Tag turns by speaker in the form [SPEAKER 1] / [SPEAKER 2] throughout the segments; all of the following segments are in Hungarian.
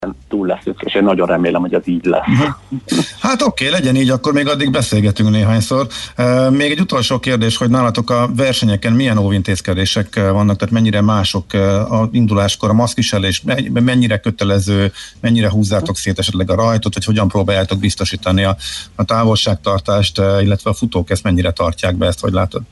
[SPEAKER 1] túl leszünk, és én nagyon remélem, hogy az így lesz.
[SPEAKER 2] Hát oké, legyen így, akkor még addig beszélgetünk néhányszor. Még egy utolsó kérdés, hogy nálatok a versenyeken milyen óvintézkedések vannak, tehát mennyire mások a induláskor, a maszkviselés, mennyire kötelező, mennyire húzzátok szét esetleg a rajtot, vagy hogyan próbáljátok biztosítani a távolságtartást, illetve a futók ezt mennyire tartják be, ezt hogy látod?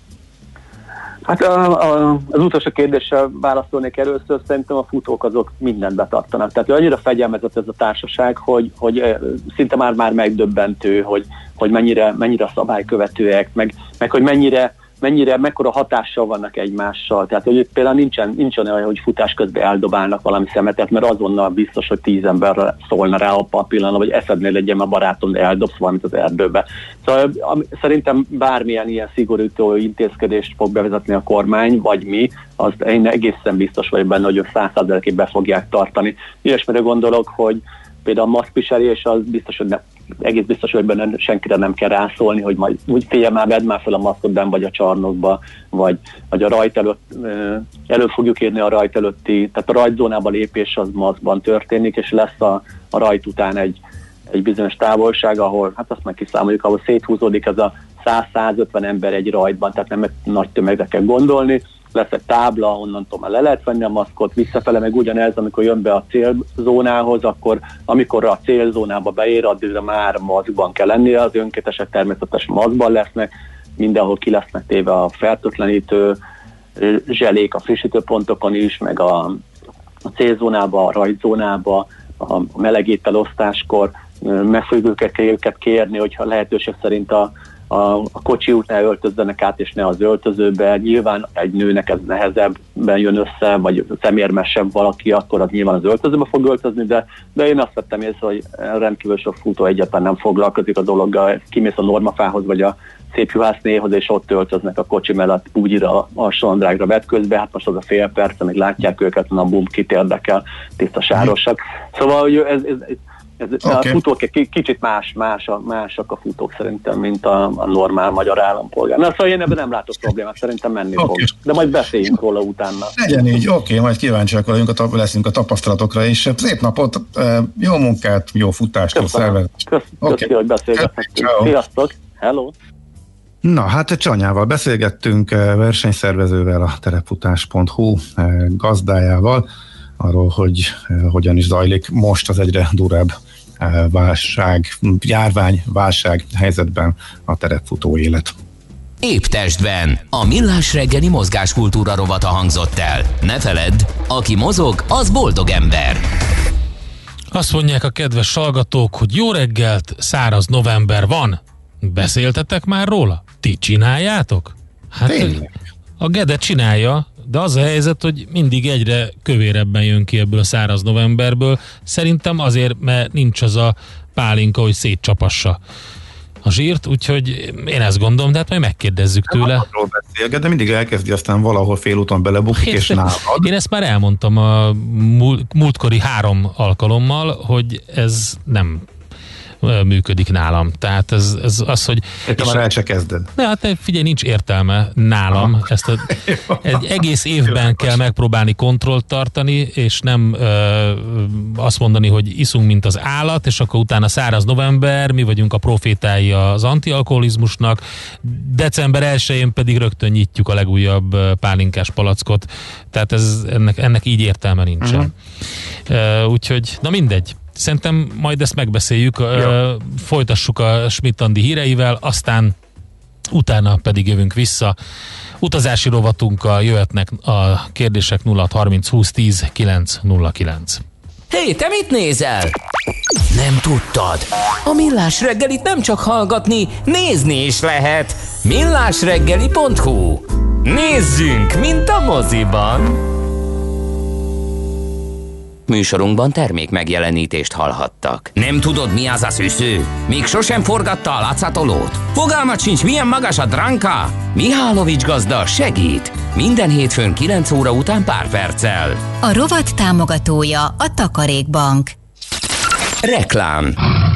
[SPEAKER 1] Hát az utolsó kérdéssel válaszolnék először, szerintem a futók azok mindent betartanak. Tehát annyira fegyelmezett ez a társaság, hogy szinte már megdöbbentő, hogy mennyire szabálykövetőek, meg hogy mekkora hatással vannak egymással. Tehát, hogy például nincsen olyan, hogy futás közben eldobálnak valami szemetet, mert azonnal biztos, hogy 10 ember szólna rá a pillanatban, vagy eszednél legyen a barátom, de eldobsz valamit az erdőbe. Szóval szerintem bármilyen ilyen szigorító intézkedést fog bevezetni a kormány, vagy mi, azt én egészen biztos vagyok benne, hogy ők 100%-ig be fogják tartani. Ilyesmire gondolok, hogy például a maszkviselés, az biztos, hogy egész biztos, hogy benne senkire nem kell rászólni, hogy majd úgy figyelj már, vedd már fel a maszkot, benn vagy a csarnokba, vagy a rajt előtt, elő fogjuk írni a rajt előtti, tehát a rajtzónába lépés az maszkban történik, és lesz a rajt után egy bizonyos távolság, ahol, hát azt meg kiszámoljuk, ahol széthúzódik ez a 100-150 ember egy rajtban, tehát nem nagy tömegre kell gondolni, lesz egy tábla, onnantól már le lehet venni a maszkot, visszafele meg ugyanez, amikor jön be a célzónához, akkor amikor a célzónába beér, addigra már maszkban kell lennie, az önkéntesek természetesen maszkban lesznek, mindenhol ki lesznek téve a fertőtlenítő zselék a frissítőpontokon is, meg a célzónába, a rajtzónába, a melegételosztáskor meg fogjuk őket kérni, hogyha lehetőség szerint a kocsi után öltözzenek át, és ne az öltözőbe. Nyilván egy nőnek ez nehezebben jön össze, vagy szemérmesebb valaki, akkor az nyilván az öltözőbe fog öltözni, de én azt vettem észre, hogy rendkívül sok futó egyáltalán nem foglalkozik a dologgal. Kimész a Normafához, vagy a Szépjuhásznéhoz, és ott öltöznek a kocsi mellett úgy a sandrágra vetközbe, hát most az a fél perc, amíg látják őket, na bum, kit érdekel, tiszta sárosak. Szóval, hogy a futók egy kicsit másak a futók szerintem, mint a normál magyar állampolgár. Na, szóval én ebben nem látok problémát, szerintem menni fog. De majd beszéljünk róla utána.
[SPEAKER 2] Legyen így, majd kíváncsiak vagyunk, leszünk a tapasztalatokra is. Szép napot, jó munkát, jó futást, jó szervezést.
[SPEAKER 1] Köszönöm, hogy beszélgethetünk. Sziasztok, hello!
[SPEAKER 2] Na, hát Csanyával beszélgettünk, versenyszervezővel, a terepfutás.hu gazdájával, arról, hogy hogyan is zajlik most az egyre durvább válság helyzetben a terepfutó élet.
[SPEAKER 3] Épp testben. A Millás reggeli mozgáskultúra rovata hangzott el. Ne feledd, aki mozog, az boldog ember.
[SPEAKER 4] Azt mondják a kedves hallgatók, hogy jó reggelt, száraz november van. Beszéltetek már róla? Ti csináljátok? Hát a Gede csinálja, de az a helyzet, hogy mindig egyre kövérebben jön ki ebből a száraz novemberből. Szerintem azért, mert nincs az a pálinka, hogy szétcsapassa a zsírt, úgyhogy én ezt gondolom, de hát majd megkérdezzük tőle.
[SPEAKER 2] De mindig elkezdi, aztán valahol félúton belebukik, és nálad.
[SPEAKER 4] Én ezt már elmondtam a múltkori 3 alkalommal, hogy ez nem működik nálam. Tehát ez az, hogy...
[SPEAKER 2] Te már el se kezded.
[SPEAKER 4] De hát figyelj, nincs értelme nálam. Egy egész évben kell megpróbálni kontrollt tartani, és nem azt mondani, hogy iszunk, mint az állat, és akkor utána száraz november, mi vagyunk a profétái az antialkoholizmusnak, december 1-én pedig rögtön nyitjuk a legújabb pálinkás palackot. Tehát ennek így értelme nincsen. Úgyhogy, na mindegy. Szerintem majd ezt megbeszéljük, folytassuk a Schmidt-Andi híreivel, aztán utána pedig jövünk vissza. Utazási rovatunkkal jöhetnek a kérdések 0630 20 10 909.
[SPEAKER 3] Hé, te mit nézel? Nem tudtad? A Millás reggelit nem csak hallgatni, nézni is lehet. millásreggeli.hu. Nézzünk, mint a moziban! Műsorunkban termék megjelenítést hallhattak. Nem tudod, mi az a szűző? Még sosem forgatta a látszatolót? Fogalmat sincs, milyen magas a dránka? Mihálovics gazda segít! Minden hétfőn 9 óra után pár perccel.
[SPEAKER 5] A rovat támogatója a Takarékbank.
[SPEAKER 3] Reklám.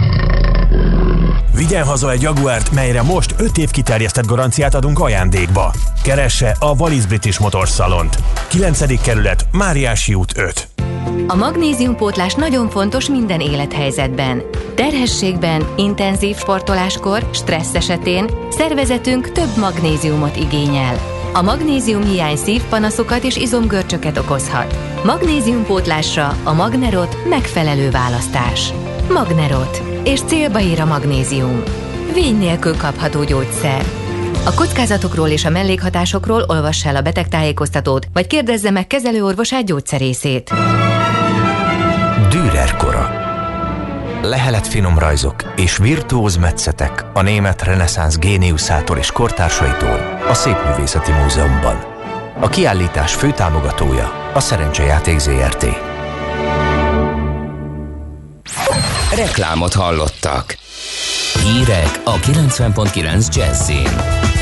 [SPEAKER 6] Vigyen haza egy Jaguárt, melyre most 5 év kiterjesztett garanciát adunk ajándékba. Keresse a Wallis British Motors szalont. 9. kerület, Máriási út 5.
[SPEAKER 5] A magnéziumpótlás nagyon fontos minden élethelyzetben. Terhességben, intenzív sportoláskor, stressz esetén szervezetünk több magnéziumot igényel. A magnéziumhiány szívpanaszokat és izomgörcsöket okozhat. Magnéziumpótlásra a Magnerot megfelelő választás. Magnerot. És célba ír a magnézium. Vény nélkül kapható gyógyszer. A kockázatokról és a mellékhatásokról olvass el a betegtájékoztatót, vagy kérdezze meg kezelőorvosát, gyógyszerészét.
[SPEAKER 7] Dürer kora. Lehelet finom rajzok és virtuóz metszetek a német reneszánsz géniuszától és kortársaitól a Szépművészeti Múzeumban. A kiállítás főtámogatója a Szerencsejáték Zrt.
[SPEAKER 3] Reklámot hallottak. Hírek a 90.9 Jazzin.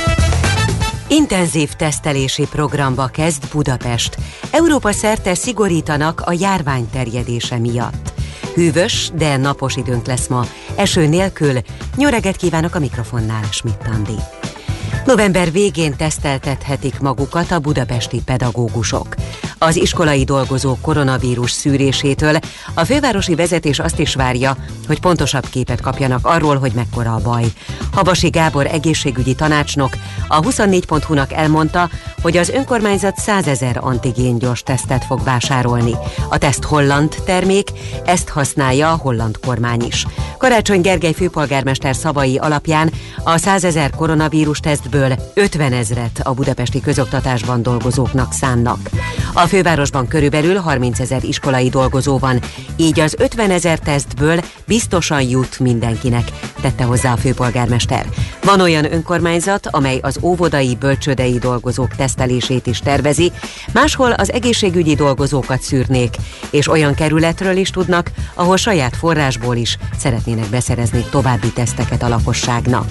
[SPEAKER 8] Intenzív tesztelési programba kezd Budapest. Európa szerte szigorítanak a járvány terjedése miatt. Hűvös, de napos időnk lesz ma. Eső nélkül. Jó reggelt kívánok, a mikrofonnál Schmidt Andi. November végén teszteltethetik magukat a budapesti pedagógusok. Az iskolai dolgozók koronavírus szűrésétől a fővárosi vezetés azt is várja, hogy pontosabb képet kapjanak arról, hogy mekkora a baj. Habasi Gábor egészségügyi tanácsnok a 24.hu-nak elmondta, hogy az önkormányzat 100 000 antigén gyors tesztet fog vásárolni. A teszt holland termék, ezt használja a holland kormány is. Karácsony Gergely főpolgármester szavai alapján a 100 000 koronavírus tesztből 50 000-et a budapesti közoktatásban dolgozóknak szánnak. A fővárosban körülbelül 30 000 iskolai dolgozó van, így az 50 000 tesztből biztosan jut mindenkinek, tette hozzá a főpolgármester. Van olyan önkormányzat, amely az óvodai, bölcsődei dolgozók tesztelését is tervezi, máshol az egészségügyi dolgozókat szűrnék, és olyan kerületről is tudnak, ahol saját forrásból is szeretnének beszerezni további teszteket a lakosságnak.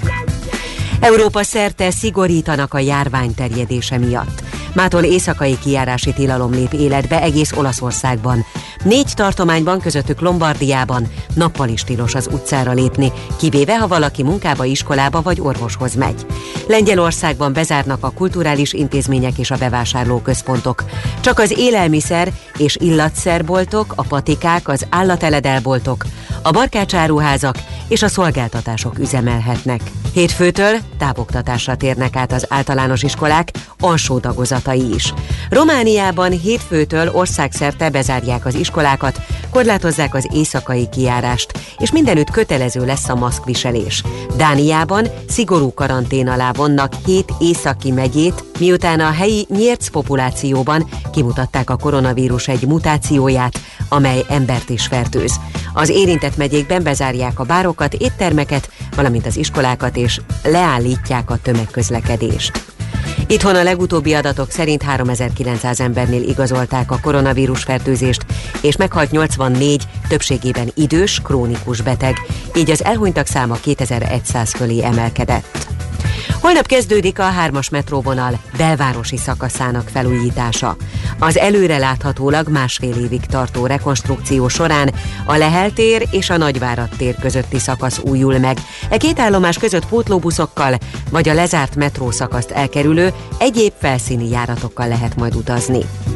[SPEAKER 8] Európa szerte szigorítanak a járvány terjedése miatt. Mától éjszakai kijárási tilalom lép életbe egész Olaszországban. 4 tartományban, közöttük Lombardiában nappal is tilos az utcára lépni, kivéve ha valaki munkába, iskolába vagy orvoshoz megy. Lengyelországban bezárnak a kulturális intézmények és a bevásárlóközpontok. Csak az élelmiszer és illatszerboltok, a patikák, az állateledelboltok, a barkácsáruházak és a szolgáltatások üzemelhetnek. Hétfőtől távoktatásra térnek át az általános iskolák alsó tagozatai is. Romániában hétfőtől országszerte bezárják az iskolákat, korlátozzák az éjszakai kijárást, és mindenütt kötelező lesz a maszkviselés. Dániában szigorú karantén alá vonnak 7 északi megyét, miután a helyi nyérc populációban kimutatták a koronavírus egy mutációját, amely embert is fertőz. Az érintett megyékben bezárják a bárokat, éttermeket, valamint az iskolákat, és leállítják a tömegközlekedést. Itthon a legutóbbi adatok szerint 3900 embernél igazolták a koronavírus fertőzést, és meghalt 84, többségében idős, krónikus beteg, így az elhunytak száma 2100 fölé emelkedett. Holnap kezdődik a 3-as metróvonal belvárosi szakaszának felújítása. Az előreláthatólag 1,5 évig tartó rekonstrukció során a Lehel tér és a Nagyvárad tér közötti szakasz újul meg. E 2 állomás között pótlóbuszokkal vagy a lezárt metrószakaszt elkerülő egyéb felszíni járatokkal lehet majd utazni.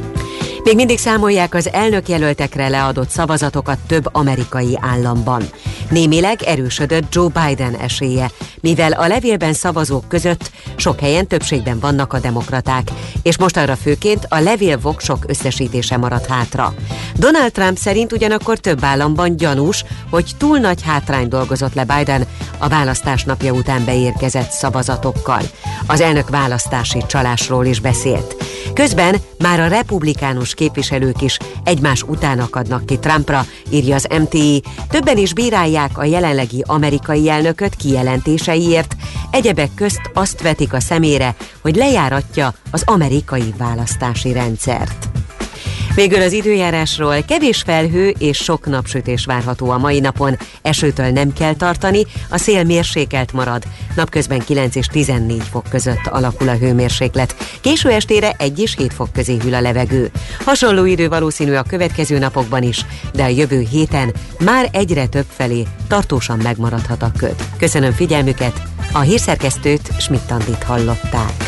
[SPEAKER 8] Még mindig számolják az elnökjelöltekre leadott szavazatokat több amerikai államban. Némileg erősödött Joe Biden esélye, mivel a levélben szavazók között sok helyen többségben vannak a demokraták, és mostanra főként a levélvoksok összesítése maradt hátra. Donald Trump szerint ugyanakkor több államban gyanús, hogy túl nagy hátrány dolgozott le Biden a választás napja után beérkezett szavazatokkal. Az elnök választási csalásról is beszélt. Közben már a republikánus képviselők is egymás után akadnak ki Trumpra, írja az MTI. Többen is bírálják a jelenlegi amerikai elnököt kijelentéseiért, egyebek közt azt vetik a szemére, hogy lejáratja az amerikai választási rendszert. Végül az időjárásról: kevés felhő és sok napsütés várható a mai napon, esőtől nem kell tartani, a szél mérsékelt marad, napközben 9 és 14 fok között alakul a hőmérséklet, késő estére 1 és 7 fok közé hűl a levegő. Hasonló idő valószínű a következő napokban is, de a jövő héten már egyre több felé tartósan megmaradhat a köd. Köszönöm figyelmüket, a hírszerkesztőt, Schmidt Andit hallották.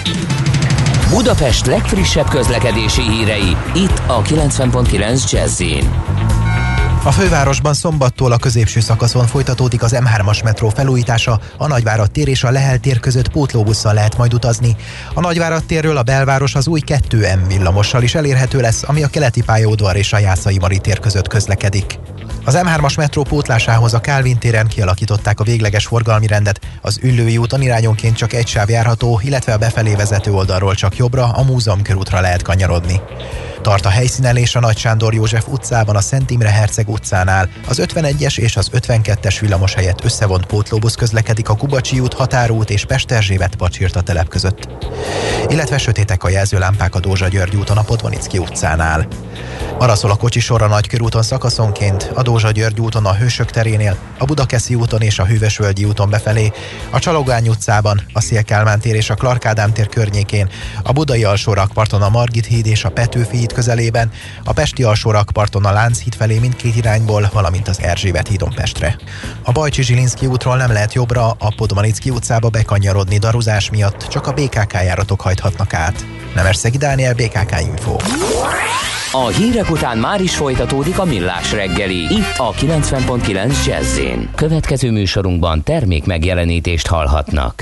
[SPEAKER 3] Budapest legfrissebb közlekedési hírei, itt a 90.9 Jazz-in.
[SPEAKER 9] A fővárosban szombattól a középső szakaszon folytatódik az M3-as metró felújítása, a Nagyvárad tér és a Lehel tér között pótlóbusszal lehet majd utazni. A Nagyvárad térről a belváros az új 2M villamossal is elérhető lesz, ami a keleti pályaudvar és a Jászai Mari tér között közlekedik. Az M3-as metró pótlásához a Kálvin téren kialakították a végleges forgalmi rendet, az Üllői úton irányonként csak egy sáv járható, illetve a befelé vezető oldalról csak jobbra, a Múzeum körútra lehet kanyarodni. Tart a helyszínelés a Nagy Sándor József utcában, a Szent Imre Herceg utcánál. Az 51-es és az 52-es villamos helyett összevont pótlóbusz közlekedik a Kubacsi út, Határút és Pesterzsébet-Pacsirta telep között. Illetve sötétek a jelzőlámpák a Dózsa György úton, a Podmanicki utcánál. Maraszol a kocsisor a Nagykörúton szakaszonként, a Dózsa György úton a Hősök terénél, a Budakeszi úton és a Hűvösvölgyi úton befelé, a Csalogány utcában, a Széll-Kálmán tér és a Clark Ádám tér környékén, a Budai alsórakparton a Margit híd és a Petőfi híd közelében, a Pesti alsórakparton a Lánchíd felé mindkét irányból, valamint az Erzsébet hídon Pestre. A Bajcsi-Zsilinszky útról nem lehet jobbra, a Podmanicki utcába bekanyarodni daruzás miatt, csak a BKK járatok hajthatnak át. Nemesszegi Dániel, BKK Info.
[SPEAKER 3] A hírek után már is folytatódik a Millás reggeli, itt a 90.9 Jazz-én. Következő műsorunkban termék megjelenítést hallhatnak.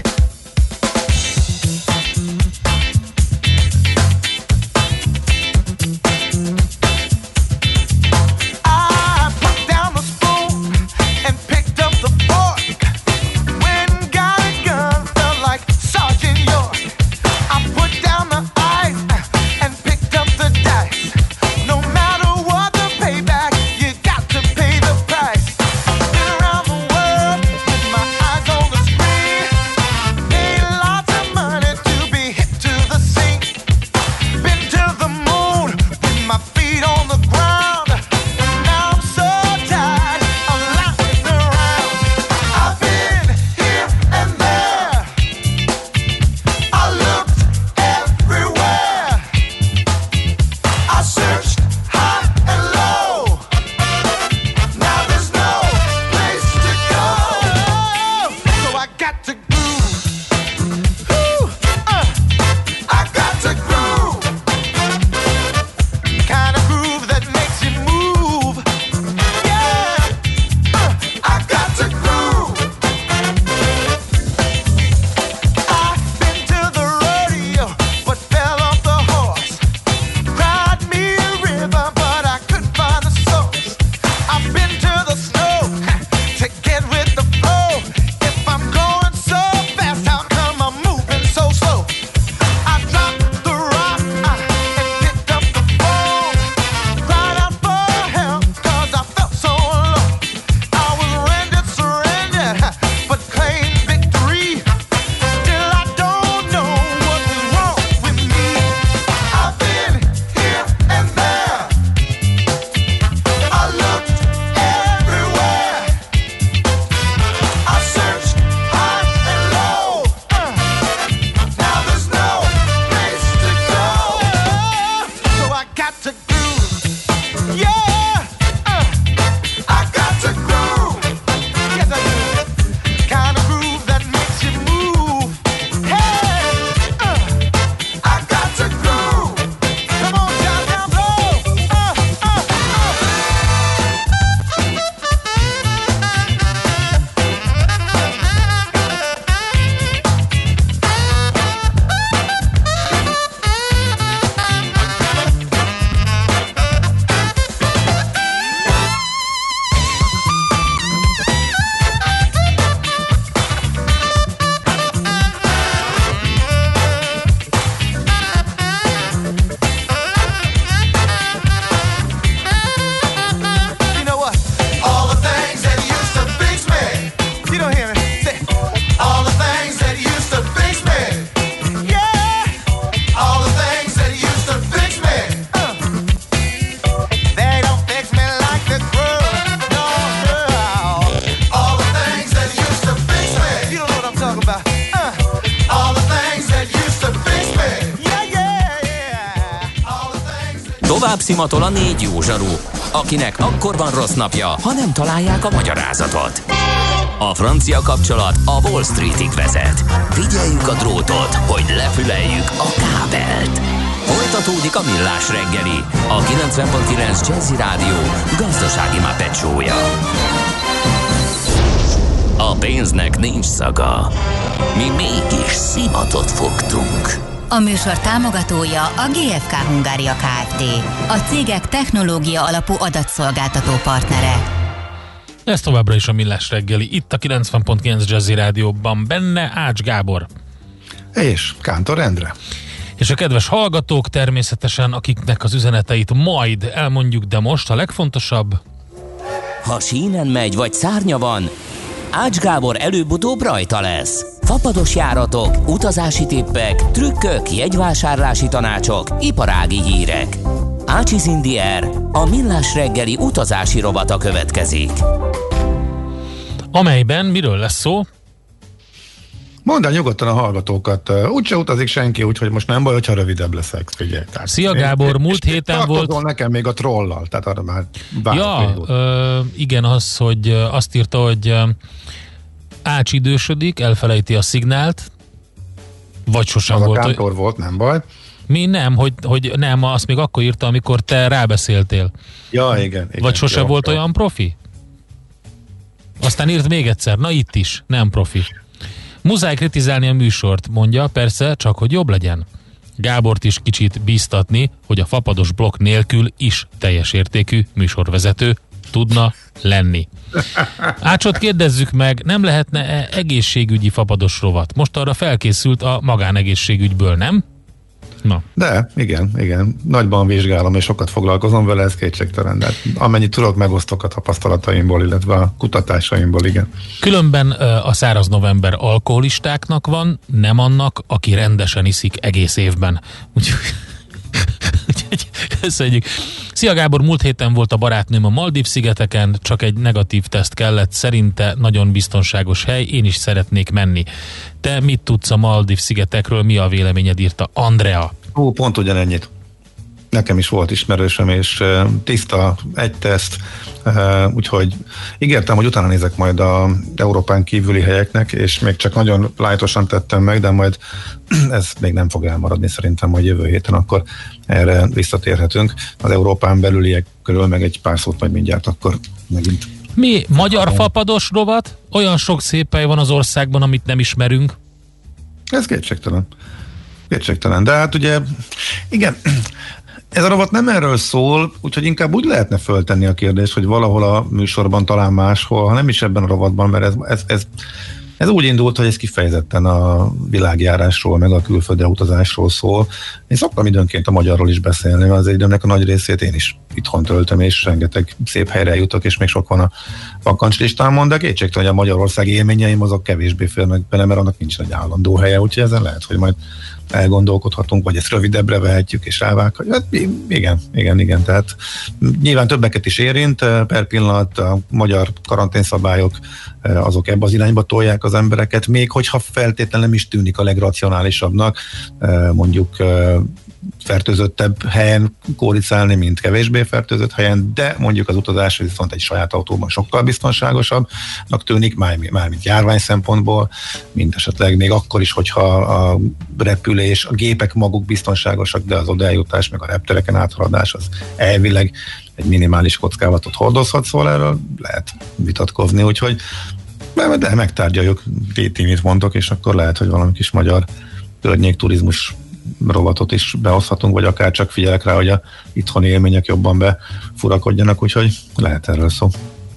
[SPEAKER 3] Tovább szimatol a 4 jó zsaru, akinek akkor van rossz napja, ha nem találják a magyarázatot. A francia kapcsolat a Wall Streetig vezet. Figyeljük a drótot, hogy lefüleljük a kábelt. Folytatódik a Millás reggeli, a 90.9 Jazzy Rádió gazdasági mápecsója. A pénznek nincs szaga, mi mégis szimatot fogtunk.
[SPEAKER 5] A műsor támogatója a GFK Hungária Kft. A cégek technológia alapú adatszolgáltató partnere.
[SPEAKER 4] Ez továbbra is a Millás reggeli, itt a 90.9 Jazzy Rádióban, benne Ács Gábor.
[SPEAKER 2] És Kántor Endre.
[SPEAKER 4] És a kedves hallgatók természetesen, akiknek az üzeneteit majd elmondjuk, de most a legfontosabb.
[SPEAKER 3] Ha sínen megy, vagy szárnya van, Ács Gábor előbb-utóbb rajta lesz. Fapados járatok, utazási tippek, trükkök, jegyvásárlási tanácsok, iparági hírek. Ácsiz in the Air, a Millás reggeli utazási rovata következik.
[SPEAKER 4] Amelyben miről lesz szó?
[SPEAKER 2] Mondd el nyugodtan a hallgatókat. Úgyse utazik senki, úgyhogy most nem baj, hogyha rövidebb leszek. Figyelj.
[SPEAKER 4] Szia Gábor, múlt héten volt...
[SPEAKER 2] nekem még a trollal, tehát arra már
[SPEAKER 4] igen, hogy azt írta, hogy Ács idősödik, elfelejti a szignált, vagy sosem
[SPEAKER 2] az
[SPEAKER 4] volt.
[SPEAKER 2] A Kántor volt, nem baj.
[SPEAKER 4] Mi nem, hogy nem, azt még akkor írta, amikor te rábeszéltél.
[SPEAKER 2] Ja, igen.
[SPEAKER 4] Vagy sose volt olyan profi? Aztán írt még egyszer, na itt is, nem profi. Muszáj kritizálni a műsort, mondja, persze, csak hogy jobb legyen. Gábort is kicsit bíztatni, hogy a fapados blokk nélkül is teljes értékű műsorvezető tudna lenni. Ácsot kérdezzük meg, nem lehetne egészségügyi fapados rovat? Most arra felkészült a magánegészségügyből, nem? Na.
[SPEAKER 2] De, igen. Nagyban vizsgálom, és sokat foglalkozom vele, ez kétségtelen. De amennyit tudok, megosztok a tapasztalataimból, illetve a kutatásaimból, igen.
[SPEAKER 4] Különben a száraz november alkoholistáknak van, nem annak, aki rendesen iszik egész évben. Úgyhogy köszönjük. Szia Gábor, múlt héten volt a barátnőm a Maldív-szigeteken, csak egy negatív teszt kellett, szerinte nagyon biztonságos hely, én is szeretnék menni. Te mit tudsz a Maldív-szigetekről, mi a véleményed, írta Andrea?
[SPEAKER 2] Pont ugyanennyit. Nekem is volt ismerősöm, és tiszta, egy teszt, úgyhogy ígértem, hogy utána nézek majd a Európán kívüli helyeknek, és még csak nagyon lájtosan tettem meg, de majd ez még nem fog elmaradni, szerintem, hogy jövő héten akkor erre visszatérhetünk. Az Európán belüliek körül meg egy pár szót majd mindjárt akkor megint.
[SPEAKER 4] Mi? Magyar fapados rovat? Olyan sok szép hely van az országban, amit nem ismerünk.
[SPEAKER 2] Ez kétségtelen. De hát ugye, igen, ez a rovat nem erről szól, úgyhogy inkább úgy lehetne föltenni a kérdést, hogy valahol a műsorban, talán máshol, ha nem is ebben a rovatban, mert ez úgy indult, hogy ez kifejezetten a világjárásról, meg a külföldre utazásról szól. Én szoktam időnként a magyarról is beszélni, mert az időmnek a nagy részét én is itthon töltöm, és rengeteg szép helyre jutok, és még sok van a vakancslistámon, de kétségtelen, hogy a magyarországi élményeim azok kevésbé félnek bele, mert annak nincs egy állandó helye, úgyhogy ezen lehet, hogy majd elgondolkodhatunk, vagy ezt rövidebbre vehetjük, és rávághatjuk. Hát igen, tehát nyilván többeket is érint, per pillanat a magyar karanténszabályok azok ebbe az irányba tolják az embereket, még hogyha feltétlenül nem is tűnik a legracionálisabbnak, mondjuk fertőzöttebb helyen kóricálni, mint kevésbé fertőzött helyen, de mondjuk az utazás viszont egy saját autóban sokkal biztonságosabbnak tűnik, mármint járvány szempontból, mint esetleg még akkor is, hogyha a repülés, a gépek maguk biztonságosak, de az odaeljutás, meg a reptereken áthaladás az elvileg egy minimális kockázatot hordozhat, szóval erről lehet vitatkozni, úgyhogy de megtárgyaljuk, mit mondok, és akkor lehet, hogy valami kis magyar környékturizmus rovatot is behozhatunk, vagy akár csak figyelek rá, hogy a itthoni élmények jobban befurakodjanak, úgyhogy lehet erről szó.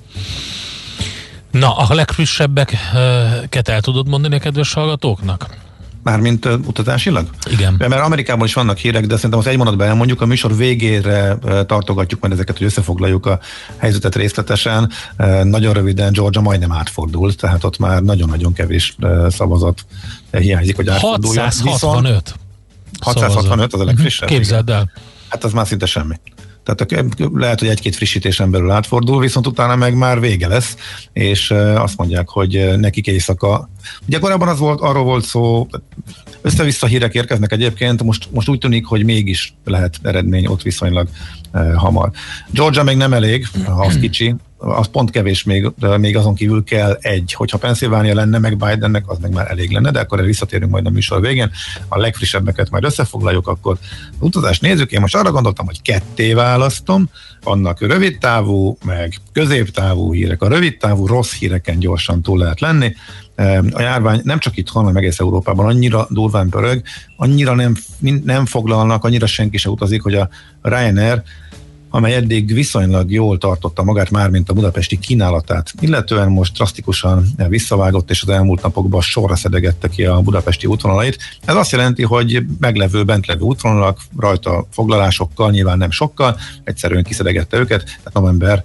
[SPEAKER 4] Na, a legfrissebbeket el tudod mondani a kedves hallgatóknak?
[SPEAKER 2] Mármint utazásilag?
[SPEAKER 4] Igen.
[SPEAKER 2] Mert Amerikában is vannak hírek, de szerintem az egy mondatban elmondjuk, a műsor végére tartogatjuk majd ezeket, hogy összefoglaljuk a helyzetet részletesen. Nagyon röviden Georgia majdnem átfordult, tehát ott már nagyon-nagyon kevés szavazat hiányzik, hogy átforduljon.
[SPEAKER 4] 665.
[SPEAKER 2] 665 az a legfrissebb.
[SPEAKER 4] Képzeld el.
[SPEAKER 2] Hát az már szinte semmi. Tehát lehet, hogy egy-két frissítésen belül átfordul, viszont utána meg már vége lesz, és azt mondják, hogy nekik éjszaka. Ugye korábban arról volt szó, össze-vissza hírek érkeznek egyébként, most úgy tűnik, hogy mégis lehet eredmény ott viszonylag hamar. Georgia még nem elég, az kicsi, az pont kevés, még azon kívül kell egy. Hogyha Pennsylvania lenne, meg Bidennek, az meg már elég lenne, de akkor visszatérünk majd a műsor végén. A legfrissebbeket majd összefoglaljuk, akkor az utazást nézzük. Én most arra gondoltam, hogy ketté választom, vannak rövidtávú, meg középtávú hírek. A rövidtávú rossz híreken gyorsan túl lehet lenni. A járvány nem csak itthon, hanem egész Európában annyira durván pörög, annyira nem foglalnak, annyira senki se utazik, hogy a Ryanair, amely eddig viszonylag jól tartotta magát már, mint a budapesti kínálatát, illetően most drasztikusan visszavágott, és az elmúlt napokban sorra szedegette ki a budapesti útvonalait. Ez azt jelenti, hogy bentlevő útvonalak rajta foglalásokkal, nyilván nem sokkal, egyszerűen kiszedegette őket, tehát november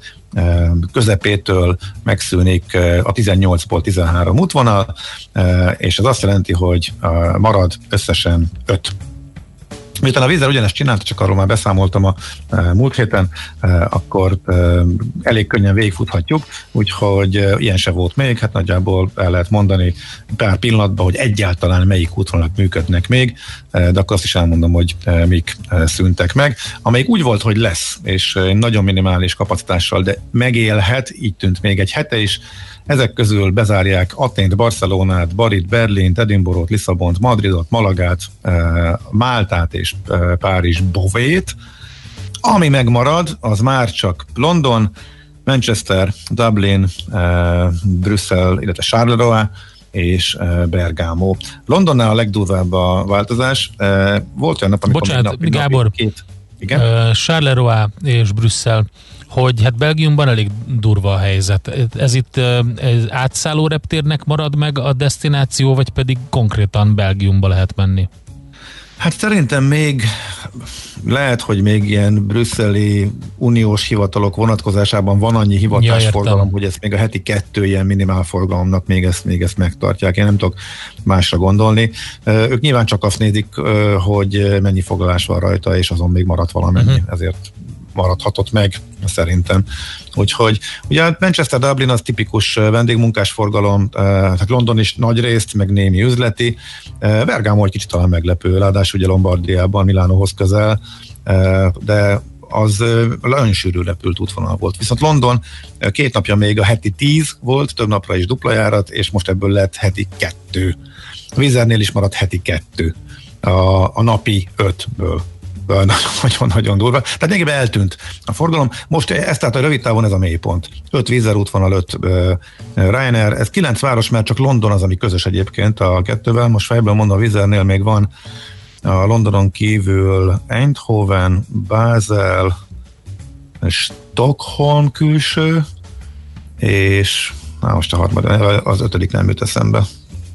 [SPEAKER 2] közepétől megszűnik a 18-ból 13 útvonal, és ez azt jelenti, hogy marad összesen 5. Miután a Wizz Air ugyanezt csinálta, csak arról már beszámoltam a múlt héten, akkor elég könnyen végigfuthatjuk, úgyhogy ilyen se volt még, hát nagyjából el lehet mondani pár pillanatban, hogy egyáltalán melyik útvonalak működnek még, de akkor azt is elmondom, hogy mik szűntek meg. Amelyik úgy volt, hogy lesz, és nagyon minimális kapacitással, de megélhet, így tűnt még egy hete is. Ezek közül bezárják Athént, Barcelonát, Barit, Berlint, Edinburgh-t, Lisszabont, Madridot, Malagát, Máltát és Párizs Beauvais-t. Ami megmarad, az már csak London, Manchester, Dublin, Brüsszel, illetve Charleroi és Bergamo. Londonnál a legdurvább a változás. Volt olyan nap, amikor...
[SPEAKER 4] Bocsánat, Gábor, Charleroi és Brüsszel, hogy hát Belgiumban elég durva a helyzet. Ez itt átszálló reptérnek marad meg a desztináció, vagy pedig konkrétan Belgiumba lehet menni?
[SPEAKER 2] Hát szerintem még lehet, hogy még ilyen brüsszeli uniós hivatalok vonatkozásában van annyi hivatásforgalom, hogy ezt még a heti 2 ilyen minimálforgalomnak még ezt megtartják. Én nem tudok másra gondolni. Ők nyilván csak azt nézik, hogy mennyi foglalás van rajta, és azon még maradt valamennyi. Ezért maradhatott meg, szerintem. Úgyhogy ugye Manchester, Dublin az tipikus vendégmunkás forgalom, tehát London is nagy részt, meg némi üzleti. Bergamo egy kicsit talán meglepő, ráadásul ugye Lombardiában, Milánóhoz közel, de az nagyon sűrű repült útvonal volt. Viszont London 2 napja még a heti 10 volt, több napra is dupla járat, és most ebből lett heti 2. A Wizz Airnél is maradt heti 2 a napi 5-ből. Nagyon-nagyon durva. Tehát lényegében eltűnt a forgalom. Most ez tehát a rövid távon ez a mélypont. 5 Wizz Air útvonal, 5 Ryanair. Ez 9 város, mert csak London az, ami közös egyébként a 2-vel. Most fejből mondom, a Wizz Airnél még van a Londonon kívül Eindhoven, Basel, Stockholm külső, és most a harmadik, az 5. nem jut eszembe.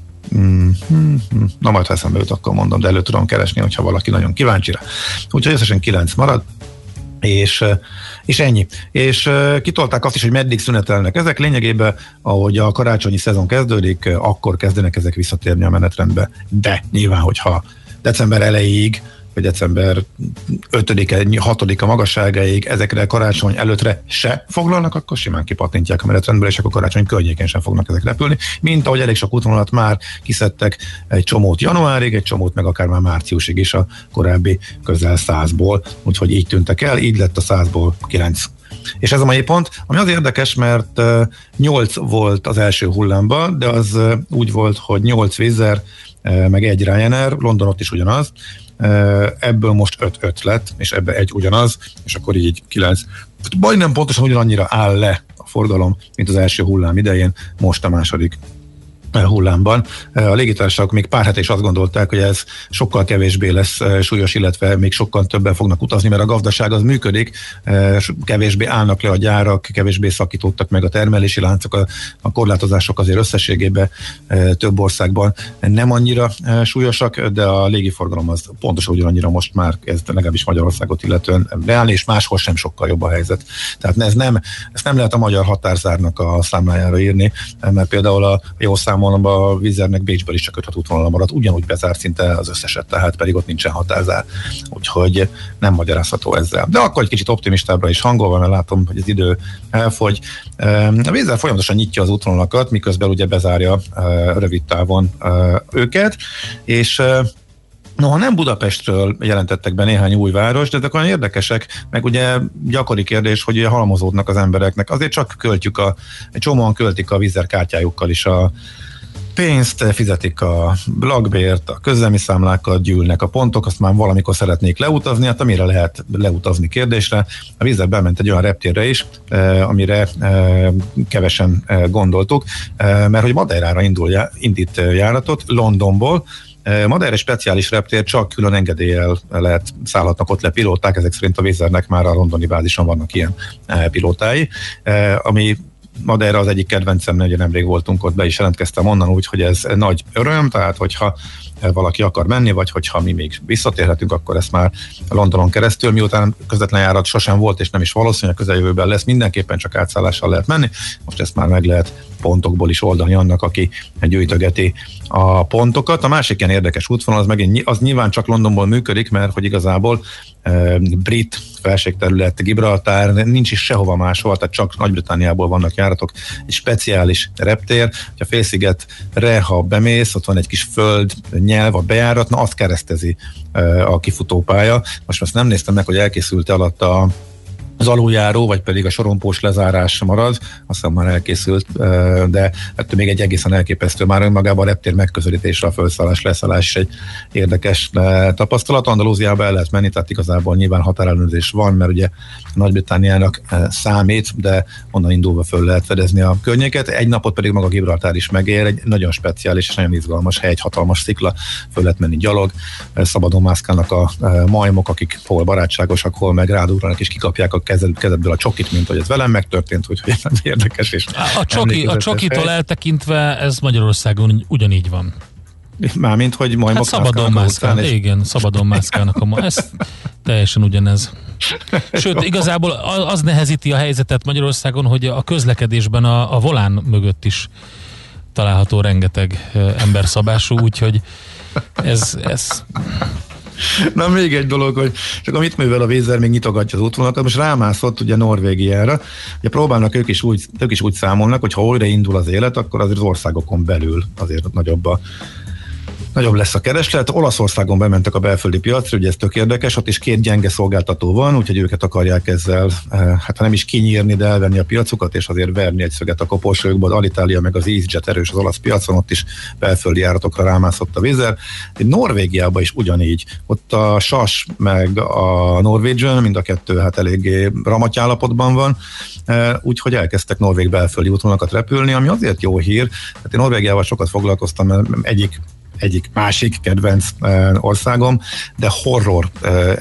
[SPEAKER 2] Na majd ha eszembe jut, akkor mondom, de elő tudom keresni, hogyha valaki nagyon kíváncsi rá. Úgyhogy összesen 9 marad, és ennyi. És kitolták azt is, hogy meddig szünetelnek ezek. Lényegében, ahogy a karácsonyi szezon kezdődik, akkor kezdenek ezek visszatérni a menetrendbe. De nyilván, hogyha december elejéig, vagy december 5-e, 6-a magasságáig ezekre karácsony előttre se foglalnak, akkor simán kipattintják a menetrendből, és akkor karácsony környékén sem fognak ezek repülni. Mint ahogy elég sok útvonalat már kiszedtek, egy csomót januárig, egy csomót meg akár már márciusig is a korábbi közel 100-ból. Úgyhogy így tűntek el, így lett a 100-ból 9. És ez a mai pont, ami az érdekes, mert 8 volt az első hullámban, de az úgy volt, hogy 8 Wizz Air, meg 1 Ryanair, Londonot is ugyanaz, ebből most 5 lett, és ebbe 1 ugyanaz, és akkor így 9. Majdnem pontosan ugyanannyira áll le a forgalom, mint az első hullám idején, most a második hullámban. A légitársaságok még pár hete is azt gondolták, hogy ez sokkal kevésbé lesz súlyos, illetve még sokkal többen fognak utazni, mert a gazdaság az működik, kevésbé állnak le a gyárak, kevésbé szakítottak meg a termelési láncok, a korlátozások azért összességében több országban nem annyira súlyosak, de a légiforgalom az pontosan ugyanannyira most már, ez legalábbis Magyarországot illetően reál, és máshol sem sokkal jobb a helyzet. Tehát ezt nem lehet a magyar határzárnak a számlájára írni, mert például a jó a Wizz Airnek Bécsből is csak 5 útvonal maradt, ugyanúgy bezárt szinte az összeset, tehát pedig ott nincsen határzár. Úgyhogy nem magyarázható ezzel. De akkor egy kicsit optimistábbra is hangolva, mert látom, hogy az idő elfogy. A Wizz Air folyamatosan nyitja az útvonalakat, miközben ugye bezárja rövid távon őket, és Noha nem Budapestről jelentettek be néhány új város, de ezek olyan érdekesek, meg ugye gyakori kérdés, hogy ugye halmozódnak az embereknek. Azért csak költjük egy csomóan költik a Wizz Air kártyájukkal is a pénzt, fizetik a lakbért, a közzelmi számlákat, gyűlnek a pontok, azt már valamikor szeretnék leutazni, hát amire lehet leutazni kérdésre. A Wizz Air bement egy olyan reptérre is, amire kevesen gondoltuk, mert hogy Madeirára indít járatot Londonból. Madeira egy speciális reptér, csak külön engedéllyel szállhatnak ott le pilóták, ezek szerint a Wizz Airnek már a londoni bázison vannak ilyen pilótái, ami Madeira az egyik kedvencem, ugye nemrég voltunk ott, be is jelentkeztem onnan, úgyhogy ez nagy öröm, tehát hogyha valaki akar menni, vagy hogyha mi még visszatérhetünk, akkor ezt már Londonon keresztül, miután közvetlen járat sosem volt, és nem is valószínű, a közeljövőben lesz, mindenképpen csak átszállással lehet menni, most ezt már meg lehet pontokból is oldani annak, aki gyűjtögeti a pontokat. A másik ilyen érdekes útvonal, az nyilván csak Londonból működik, mert hogy igazából brit felségterület, Gibraltár, nincs is sehova máshol, tehát csak Nagy-Britanniából vannak járatok, egy speciális reptér, hogy a félszigetre, ha bemész, ott van egy kis föld, nyelv, a bejárat, na azt keresztezi a kifutópálya. Most azt nem néztem meg, hogy elkészült alatt az aluljáró, vagy pedig a sorompós lezárás marad, aztán már elkészült, de ettől még egy egészen elképesztő, már önmagában a reptér megközelítésre, a felszállás, leszállás is egy érdekes tapasztalat. Andalúziába el lehet menni, tehát igazából nyilván határellenőrzés van, mert ugye Nagy-Britanniának számít, de onnan indulva föl lehet fedezni a környéket. Egy napot pedig maga Gibraltár is megér, egy nagyon speciális és nagyon izgalmas hely, egy hatalmas szikla, föl lehet menni gyalog, szabadon mászkálnak a majmok, akik hol barátságosak, hol meg rádúranak és kikapják a kezedből a csokit, mint hogy ez velem megtörtént, úgyhogy ez érdekes. És
[SPEAKER 4] a csokitól eltekintve ez Magyarországon ugyanígy van.
[SPEAKER 2] Mármint, hogy majmok
[SPEAKER 4] szabadon mászkálnak. Igen, szabadon mászkálnak. Ez teljesen ugyanez. Sőt, igazából az nehezíti a helyzetet Magyarországon, hogy a közlekedésben a volán mögött is található rengeteg emberszabású, úgyhogy ez
[SPEAKER 2] Na még egy dolog, hogy csak amit művel a Wizz Air, még nyitogatja az útvonalakat, most rámászott ugye Norvégiára, ugye próbálnak ők is úgy számolnak, hogy ha újra indul az élet, akkor azért az országokon belül azért nagyobb lesz a kereslet. Olaszországon bementek a belföldi piacra, ugye ez tök érdekes, ott is 2 gyenge szolgáltató van, úgyhogy őket akarják ezzel, hát ha nem is kinyírni, de elvenni a piacukat, és azért verni egy szöget a koporsójukból. Alitalia meg az EasyJet erős az olasz piacon, ott is belföldi járatokra rámászott a Wizz Air. Norvégiában is ugyanígy. Ott a SAS meg a Norwegian, mind a kettő hát eléggé ramatyállapotban van, úgyhogy elkezdtek norvég belföldi útvonalakat repülni, ami azért jó hír. Hát én Norvégiával sokat foglalkoztam, mert másik kedvenc országom, de horror.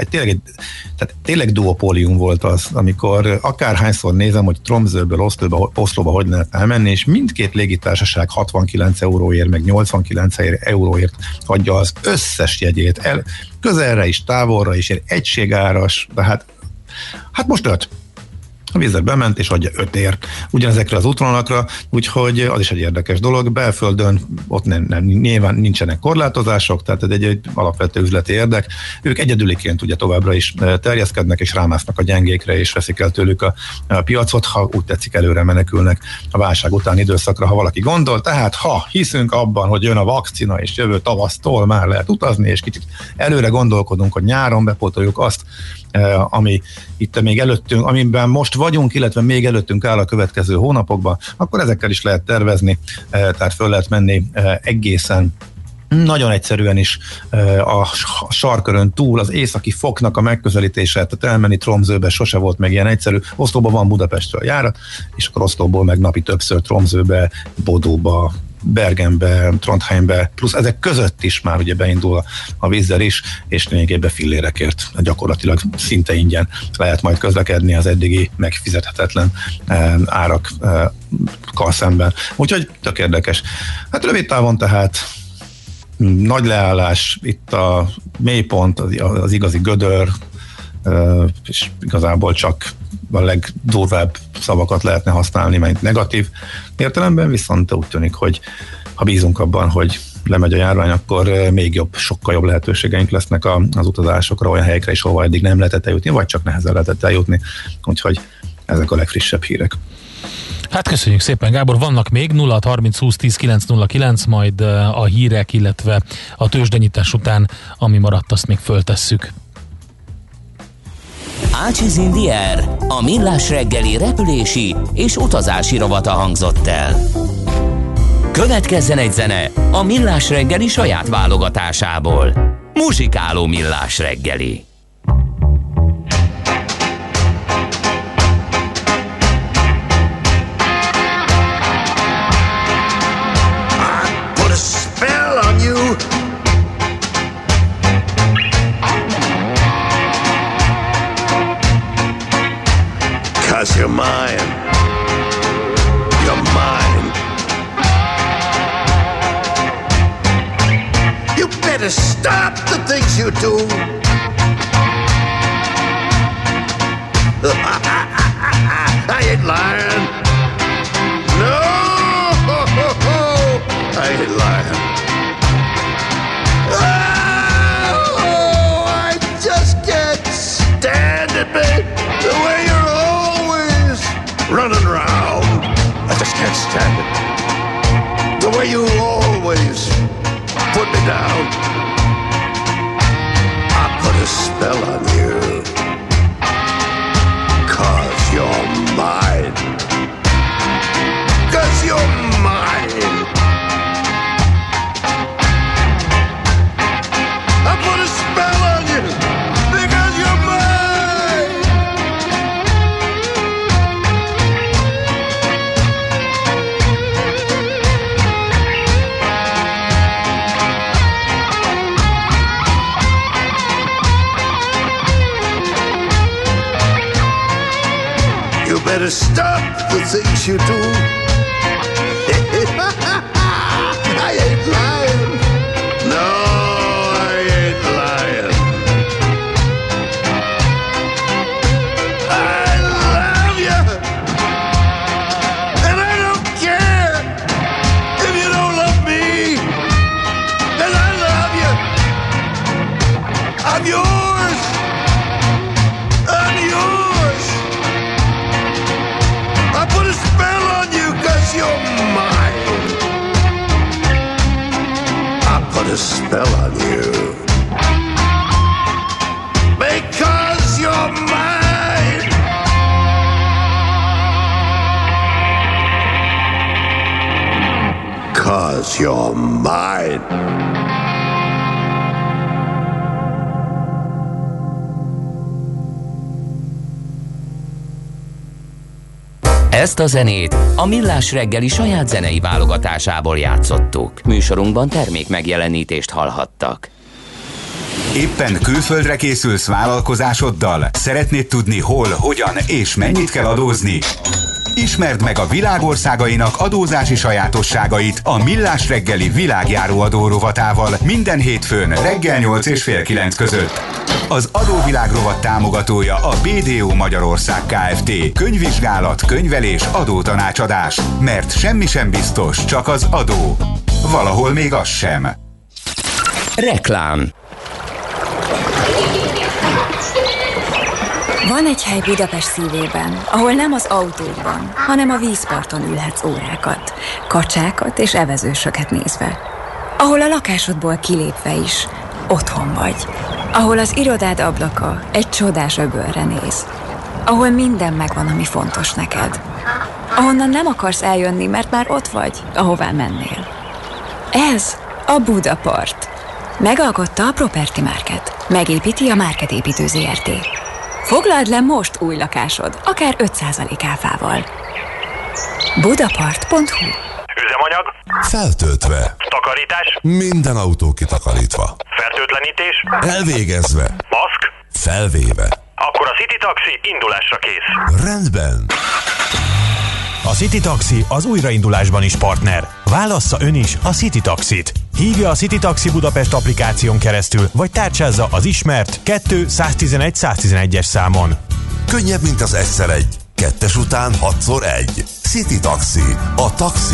[SPEAKER 2] Tényleg duopólium volt az, amikor akárhányszor nézem, hogy Tromsøből Oslóba hogy lehet elmenni, és mindkét légitársaság 69 euróért, meg 89 euróért adja az összes jegyét. Közelre is, távolra is, egységáras, de hát most 5. A Wizz Air bement és adja 5-ért ugyanezekre az útvonalakra, úgyhogy az is egy érdekes dolog. Belföldön ott nyilván nincsenek korlátozások, tehát ez egy alapvető üzleti érdek. Ők egyedüliként ugye továbbra is terjeszkednek és rámásznak a gyengékre és veszik el tőlük a piacot, ha úgy tetszik, előre menekülnek a válság utáni időszakra, ha valaki gondol. Tehát ha hiszünk abban, hogy jön a vakcina és jövő tavasztól már lehet utazni, és kicsit előre gondolkodunk, hogy nyáron bepótoljuk azt, ami itt még előttünk, amiben most vagyunk, illetve még előttünk áll a következő hónapokban, akkor ezekkel is lehet tervezni, tehát föl lehet menni egészen nagyon egyszerűen is a sarkörön túl, az északi foknak a megközelítése, tehát elmenni Tromsøbe sose volt meg ilyen egyszerű. Oszlóban van Budapestről járat, és akkor Oszlóból meg napi többször Tromsøbe, Bodóba, Bergenbe, Trondheimbe, plusz ezek között is már ugye beindul a Wizz Air is, és lényegében fillérekért gyakorlatilag szinte ingyen lehet majd közlekedni az eddigi megfizethetetlen árakkal szemben. Úgyhogy tök érdekes. Hát rövid távon tehát nagy leállás, itt a mélypont, az igazi gödör, és igazából csak a legdurvább szavakat lehetne használni, mert negatív értelemben, viszont úgy tűnik, hogy ha bízunk abban, hogy lemegy a járvány, akkor még jobb, sokkal jobb lehetőségeink lesznek az utazásokra, olyan helyekre is, hova eddig nem lehetett eljutni, vagy csak nehezen lehetett eljutni, úgyhogy ezek a legfrissebb hírek.
[SPEAKER 4] Hát köszönjük szépen, Gábor. Vannak még 0630 20 10 909, majd a hírek, illetve a tőzsdenyítás után, ami maradt, azt még föltesszük.
[SPEAKER 3] Ácsiz in the Air, a millás reggeli repülési és utazási rovata hangzott el. Következzen egy zene a millás reggeli saját válogatásából. Muzsikáló millás reggeli.
[SPEAKER 10] You're mine. You're mine. You better stop the things you do. I ain't lying. No, I ain't lying. Oh, I just can't stand it, babe. The way you're running around, I just can't stand it. The way you always put me down. I put a spell on you, 'cause you're mine. 'Cause you're mine. I put a spell on you, because you're mine. Better stop the things you do. I ain't lying. No, I ain't lying. I love you, and I don't care if you don't love me, 'cause I love you. I'm yours. I'm yours. I put a spell on you 'cause you're mine. I put a spell on you because you're mine. 'Cause you're mine.
[SPEAKER 3] Ezt a zenét a Millás reggeli saját zenei válogatásából játszottuk. Műsorunkban termék megjelenítést hallhattak.
[SPEAKER 11] Éppen külföldre készülsz vállalkozásoddal? Szeretnéd tudni hol, hogyan és mennyit kell adózni? Ismerd meg a világ országainak adózási sajátosságait a Millás reggeli világjáró adó rovatával minden hétfőn reggel 8 és fél 9 között. Az adóvilág rovat támogatója a BDO Magyarország Kft. Könyvvizsgálat, könyvelés, adótanácsadás. Mert semmi sem biztos, csak az adó. Valahol még az sem.
[SPEAKER 3] Reklám.
[SPEAKER 12] Van egy hely Budapest szívében, ahol nem az autókban, hanem a vízparton ülhetsz órákat, kacsákat és evezősöket nézve. Ahol a lakásodból kilépve is otthon vagy. Ahol az irodád ablaka egy csodás öbölre néz. Ahol minden megvan, ami fontos neked. Ahonnan nem akarsz eljönni, mert már ott vagy, ahová mennél. Ez a Budapart. Megalkotta a Property Market. Megépíti a Market Építő Zrt. Foglald le most új lakásod, akár 5% áfával. Budapart.hu.
[SPEAKER 13] Üzemanyag.
[SPEAKER 14] Feltöltve.
[SPEAKER 13] Takarítás.
[SPEAKER 14] Minden autó kitakarítva.
[SPEAKER 13] Fertőtlenítés.
[SPEAKER 14] Elvégezve.
[SPEAKER 13] Maszk.
[SPEAKER 14] Felvéve.
[SPEAKER 13] Akkor a City Taxi indulásra kész.
[SPEAKER 14] Rendben.
[SPEAKER 6] A City Taxi az újraindulásban is partner. Válassza ön is a City Taxit. Hívja a City Taxi Budapest applikáción keresztül, vagy tárcsázza az ismert 2 111 111-es számon.
[SPEAKER 14] Könnyebb, mint az 1x1. 2 után 6x1. City Taxi. A taxi.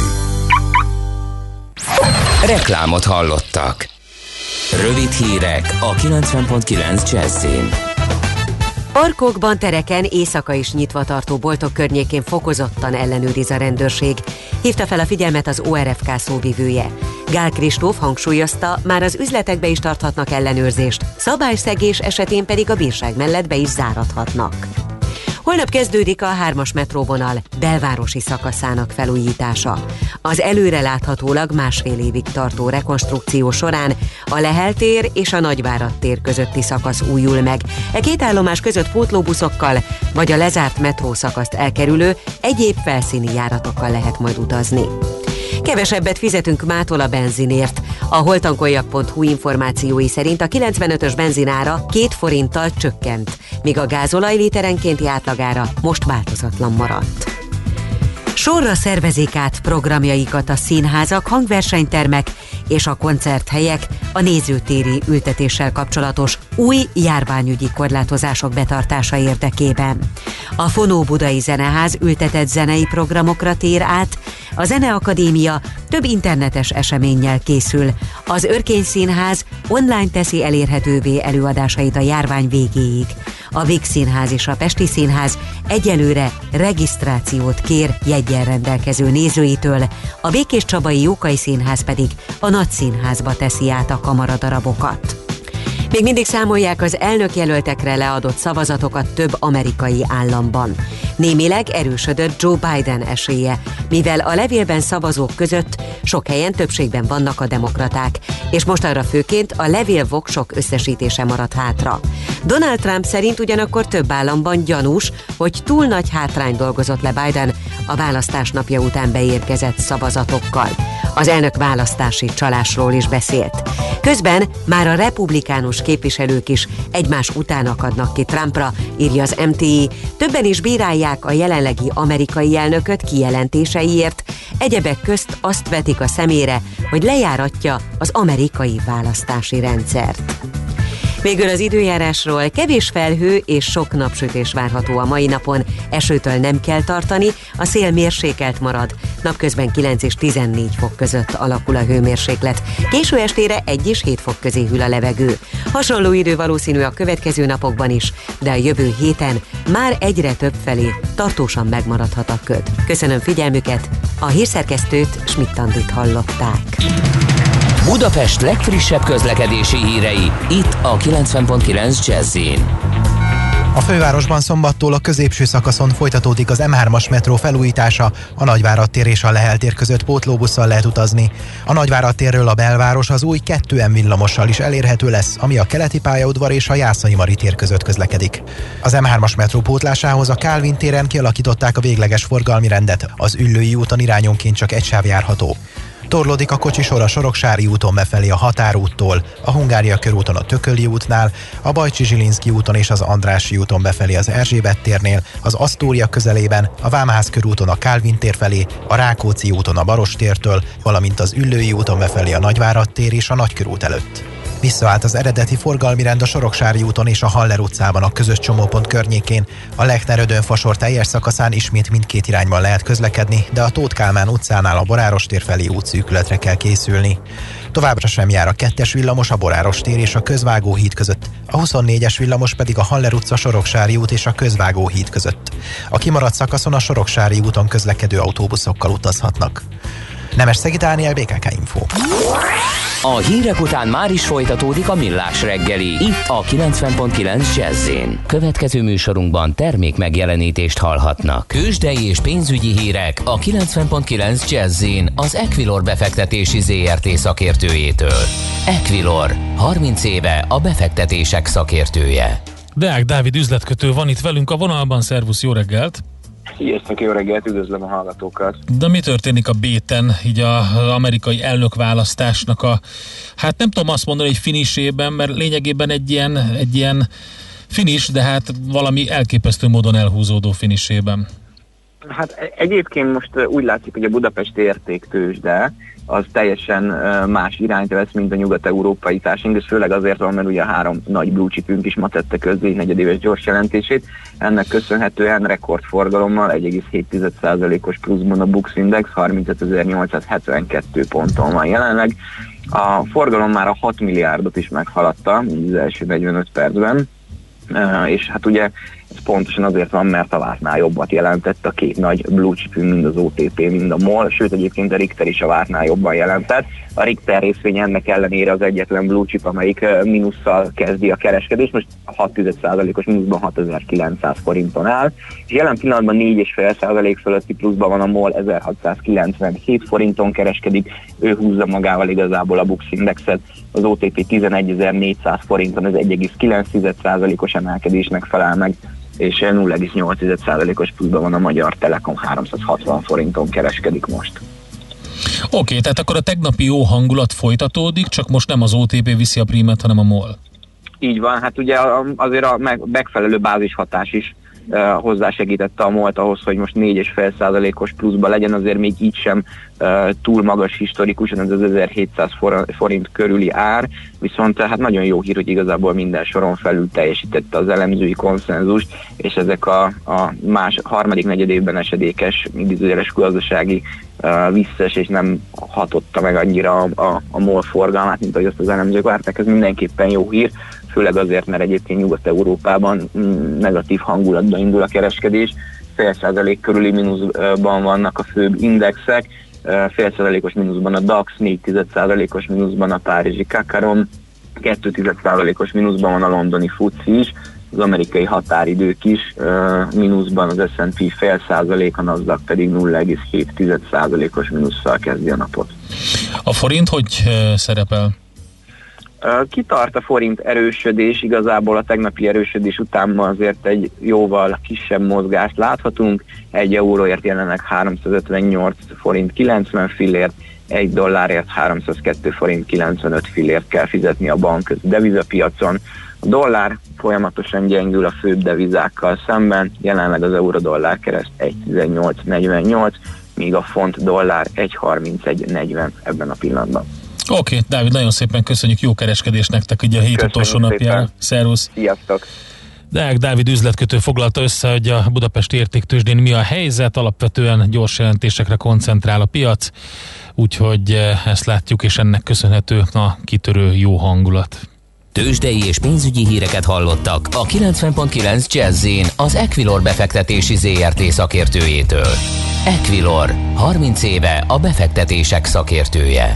[SPEAKER 3] Reklámot hallottak. Rövid hírek a 90.9 Jazz-in.
[SPEAKER 8] Parkokban, tereken, éjszaka is nyitva tartó boltok környékén fokozottan ellenőriz a rendőrség. Hívta fel a figyelmet az ORFK szóvivője. Gál Kristóf hangsúlyozta, már az üzletekbe is tarthatnak ellenőrzést, szabályszegés esetén pedig a bírság mellett be is záradhatnak. Holnap kezdődik a 3-as metróvonal belvárosi szakaszának felújítása. Az előreláthatólag 1,5 évig tartó rekonstrukció során a Lehel tér és a Nagyvárad tér közötti szakasz újul meg. E két állomás között pótlóbuszokkal vagy a lezárt metrószakaszt elkerülő egyéb felszíni járatokkal lehet majd utazni. Kevesebbet fizetünk mától a benzinért. A holtankoljak.hu információi szerint a 95-ös benzinára 2 forinttal csökkent, míg a gázolaj literenkénti átlagára most változatlan maradt. Sorra szervezik át programjaikat a színházak, hangversenytermek és a koncerthelyek a nézőtéri ültetéssel kapcsolatos új járványügyi korlátozások betartása érdekében. A Fonó Budai Zeneház ültetett zenei programokra tér át, a Zeneakadémia több internetes eseménnyel készül. Az Örkény Színház online teszi elérhetővé előadásait a járvány végéig. A Víg Színház és a Pesti Színház egyelőre regisztrációt kér jeggyel rendelkező nézőitől, a Békéscsabai Jókai Színház pedig a Nagy Színházba teszi át a kamaradarabokat. Még mindig számolják az elnökjelöltekre leadott szavazatokat több amerikai államban. Némileg erősödött Joe Biden esélye, mivel a levélben szavazók között sok helyen többségben vannak a demokraták, és mostanra főként a levélvoksok összesítése maradt hátra. Donald Trump szerint ugyanakkor több államban gyanús, hogy túl nagy hátrány dolgozott le Biden a választás napja után beérkezett szavazatokkal. Az elnök választási csalásról is beszélt. Közben már a republikánus képviselők is egymás után akadnak ki Trumpra, írja az MTI. Többen is bírálják a jelenlegi amerikai elnököt kijelentéseiért, egyebek közt azt vetik a szemére, hogy lejáratja az amerikai választási rendszert. Végül az időjárásról: kevés felhő és sok napsütés várható a mai napon, esőtől nem kell tartani, a szél mérsékelt marad, napközben 9 és 14 fok között alakul a hőmérséklet, késő estére 1 és 7 fok közé hűl a levegő. Hasonló idő valószínű a következő napokban is, de a jövő héten már egyre több felé tartósan megmaradhat a köd. Köszönöm figyelmüket, a hírszerkesztőt, Schmidt-Andit hallották.
[SPEAKER 3] Budapest legfrissebb közlekedési hírei, itt a 90.9 Jazz-in.
[SPEAKER 9] A fővárosban szombattól a középső szakaszon folytatódik az M3-as metró felújítása, a Nagyvárad tér és a Lehel tér között pótlóbusszal lehet utazni. A Nagyvárad térről a belváros az új 2M villamossal is elérhető lesz, ami a Keleti pályaudvar és a Jászai Mari tér között közlekedik. Az M3-as metró pótlásához a Kálvin téren kialakították a végleges forgalmi rendet, az Üllői úton irányonként csak egy sáv járható. Torlódik a kocsisor a Soroksári úton befelé a Határúttól, a Hungária körúton a Tököli útnál, a Bajcsi-Zsilinszky úton és az Andrássy úton befelé az Erzsébet térnél, az Asztória közelében, a Vámház körúton a Kálvin tér felé, a Rákóczi úton a Baross tértől, valamint az Üllői úton befelé a Nagyvárad tér és a Nagykörút előtt. Visszaállt az eredeti forgalmi rend a Soroksári úton és a Haller utcában a közös csomópont környékén. A Lechner-Ödön-Fasor teljes szakaszán ismét mindkét irányban lehet közlekedni, de a Tóth Kálmán utcánál a Boráros tér felé útszűkületre kell készülni. Továbbra sem jár a 2-es villamos a Boráros tér és a Közvágó híd között, a 24-es villamos pedig a Haller utca, Soroksári út és a Közvágó híd között. A kimaradt szakaszon a Soroksári úton közlekedő autóbuszokkal utazhatnak. Nemes-Szegi Dániel, BKK Info.
[SPEAKER 3] A hírek után már is folytatódik a Millás reggeli, itt a 90.9 Jazz-in. Következő műsorunkban termék megjelenítést hallhatnak. Tőzsdei és pénzügyi hírek a 90.9 Jazz-in az Equilor befektetési ZRT szakértőjétől. Equilor, 30 éve a befektetések szakértője.
[SPEAKER 4] Deák Dávid üzletkötő van itt velünk a vonalban, szervusz, jó reggelt!
[SPEAKER 15] Sziasztok, jó reggelt, üdvözlöm a hallgatókat!
[SPEAKER 4] De mi történik a B-ten, így az amerikai elnökválasztásnak a, hát nem tudom azt mondani, hogy finisében, mert lényegében egy ilyen finis, de hát valami elképesztő módon elhúzódó finisében.
[SPEAKER 15] Hát egyébként most úgy látszik, hogy a budapesti értéktőzsde az teljesen más irányt vesz, mint a nyugat-európai társaink, és főleg azért van, mert ugye a 3 nagy blue chipünk is ma tette közzé negyedéves gyors jelentését. Ennek köszönhetően rekordforgalommal 1,7%-os pluszban a Bux Index 35.872 ponton van jelenleg. A forgalom már a 6 milliárdot is meghaladta az első 45 percben, és hát ugye ez pontosan azért van, mert a vártnál jobbat jelentett a két nagy blue chipünk, mind az OTP, mind a MOL, sőt egyébként a Richter is a vártnál jobban jelentett. A Richter részvény ennek ellenére az egyetlen blue chip, amelyik mínusszal kezdi a kereskedést, most 6,1%-os mínuszban 6900 forinton áll, és jelen pillanatban 4,5% fölötti pluszban van a MOL, 1697 forinton kereskedik, ő húzza magával igazából a Bux Indexet, az OTP 11.400 forinton, ez 1,9%-os emelkedésnek felel meg, és 0,8%-os pluszban van a Magyar Telekom, 360 forinton kereskedik most.
[SPEAKER 4] Oké, tehát akkor a tegnapi jó hangulat folytatódik, csak most nem az OTP viszi a prímet, hanem a MOL.
[SPEAKER 15] Így van, hát ugye azért a megfelelő bázishatás is hozzásegítette a MOL-t ahhoz, hogy most 4,5%-os pluszba legyen, azért még így sem túl magas historikusan, ez az 1700 forint körüli ár, viszont hát nagyon jó hír, hogy igazából minden soron felül teljesítette az elemzői konszenzust, és ezek a harmadik negyedévben esedékes, idézőjeles gazdasági visszaesés nem hatotta meg annyira a MOL forgalmát, mint ahogy azt az elemzők várták, ez mindenképpen jó hír, főleg azért, mert egyébként Nyugat-Európában negatív hangulatban indul a kereskedés, 0,5% körüli mínuszban vannak a főbb indexek, 0,5%-os mínuszban a DAX, 0,4%-os mínuszban a párizsi Kakarom, 2,1%-os mínuszban van a londoni FTSE is, az amerikai határidők is, mínuszban az S&P 0,5%, a Nasdaq pedig 0,7%-os mínusszal kezdi a napot.
[SPEAKER 4] A forint hogy szerepel?
[SPEAKER 15] Kitart a forint erősödés, igazából a tegnapi erősödés után azért egy jóval kisebb mozgást láthatunk, 1 euróért jelenleg 358 forint 90 fillért, 1 dollárért 302 forint 95 fillért kell fizetni a bankközi devizapiacon. A dollár folyamatosan gyengül a főbb devizákkal szemben, jelenleg az euró-dollár kereszt 1,1848, míg a font dollár 1,3140 ebben a pillanatban.
[SPEAKER 4] Oké, Dávid, nagyon szépen köszönjük, jó kereskedés nektek ugye a hét utolsó napjára. Szervusz!
[SPEAKER 15] Sziasztok!
[SPEAKER 4] Deák Dávid üzletkötő foglalta össze, hogy a budapesti értéktőzsdén mi a helyzet, alapvetően gyors jelentésekre koncentrál a piac, úgyhogy ezt látjuk, és ennek köszönhető a kitörő jó hangulat.
[SPEAKER 3] Tőzsdei és pénzügyi híreket hallottak a 90.9 Jazz-in az Equilor befektetési ZRT szakértőjétől. Equilor, 30 éve a befektetések szakértője.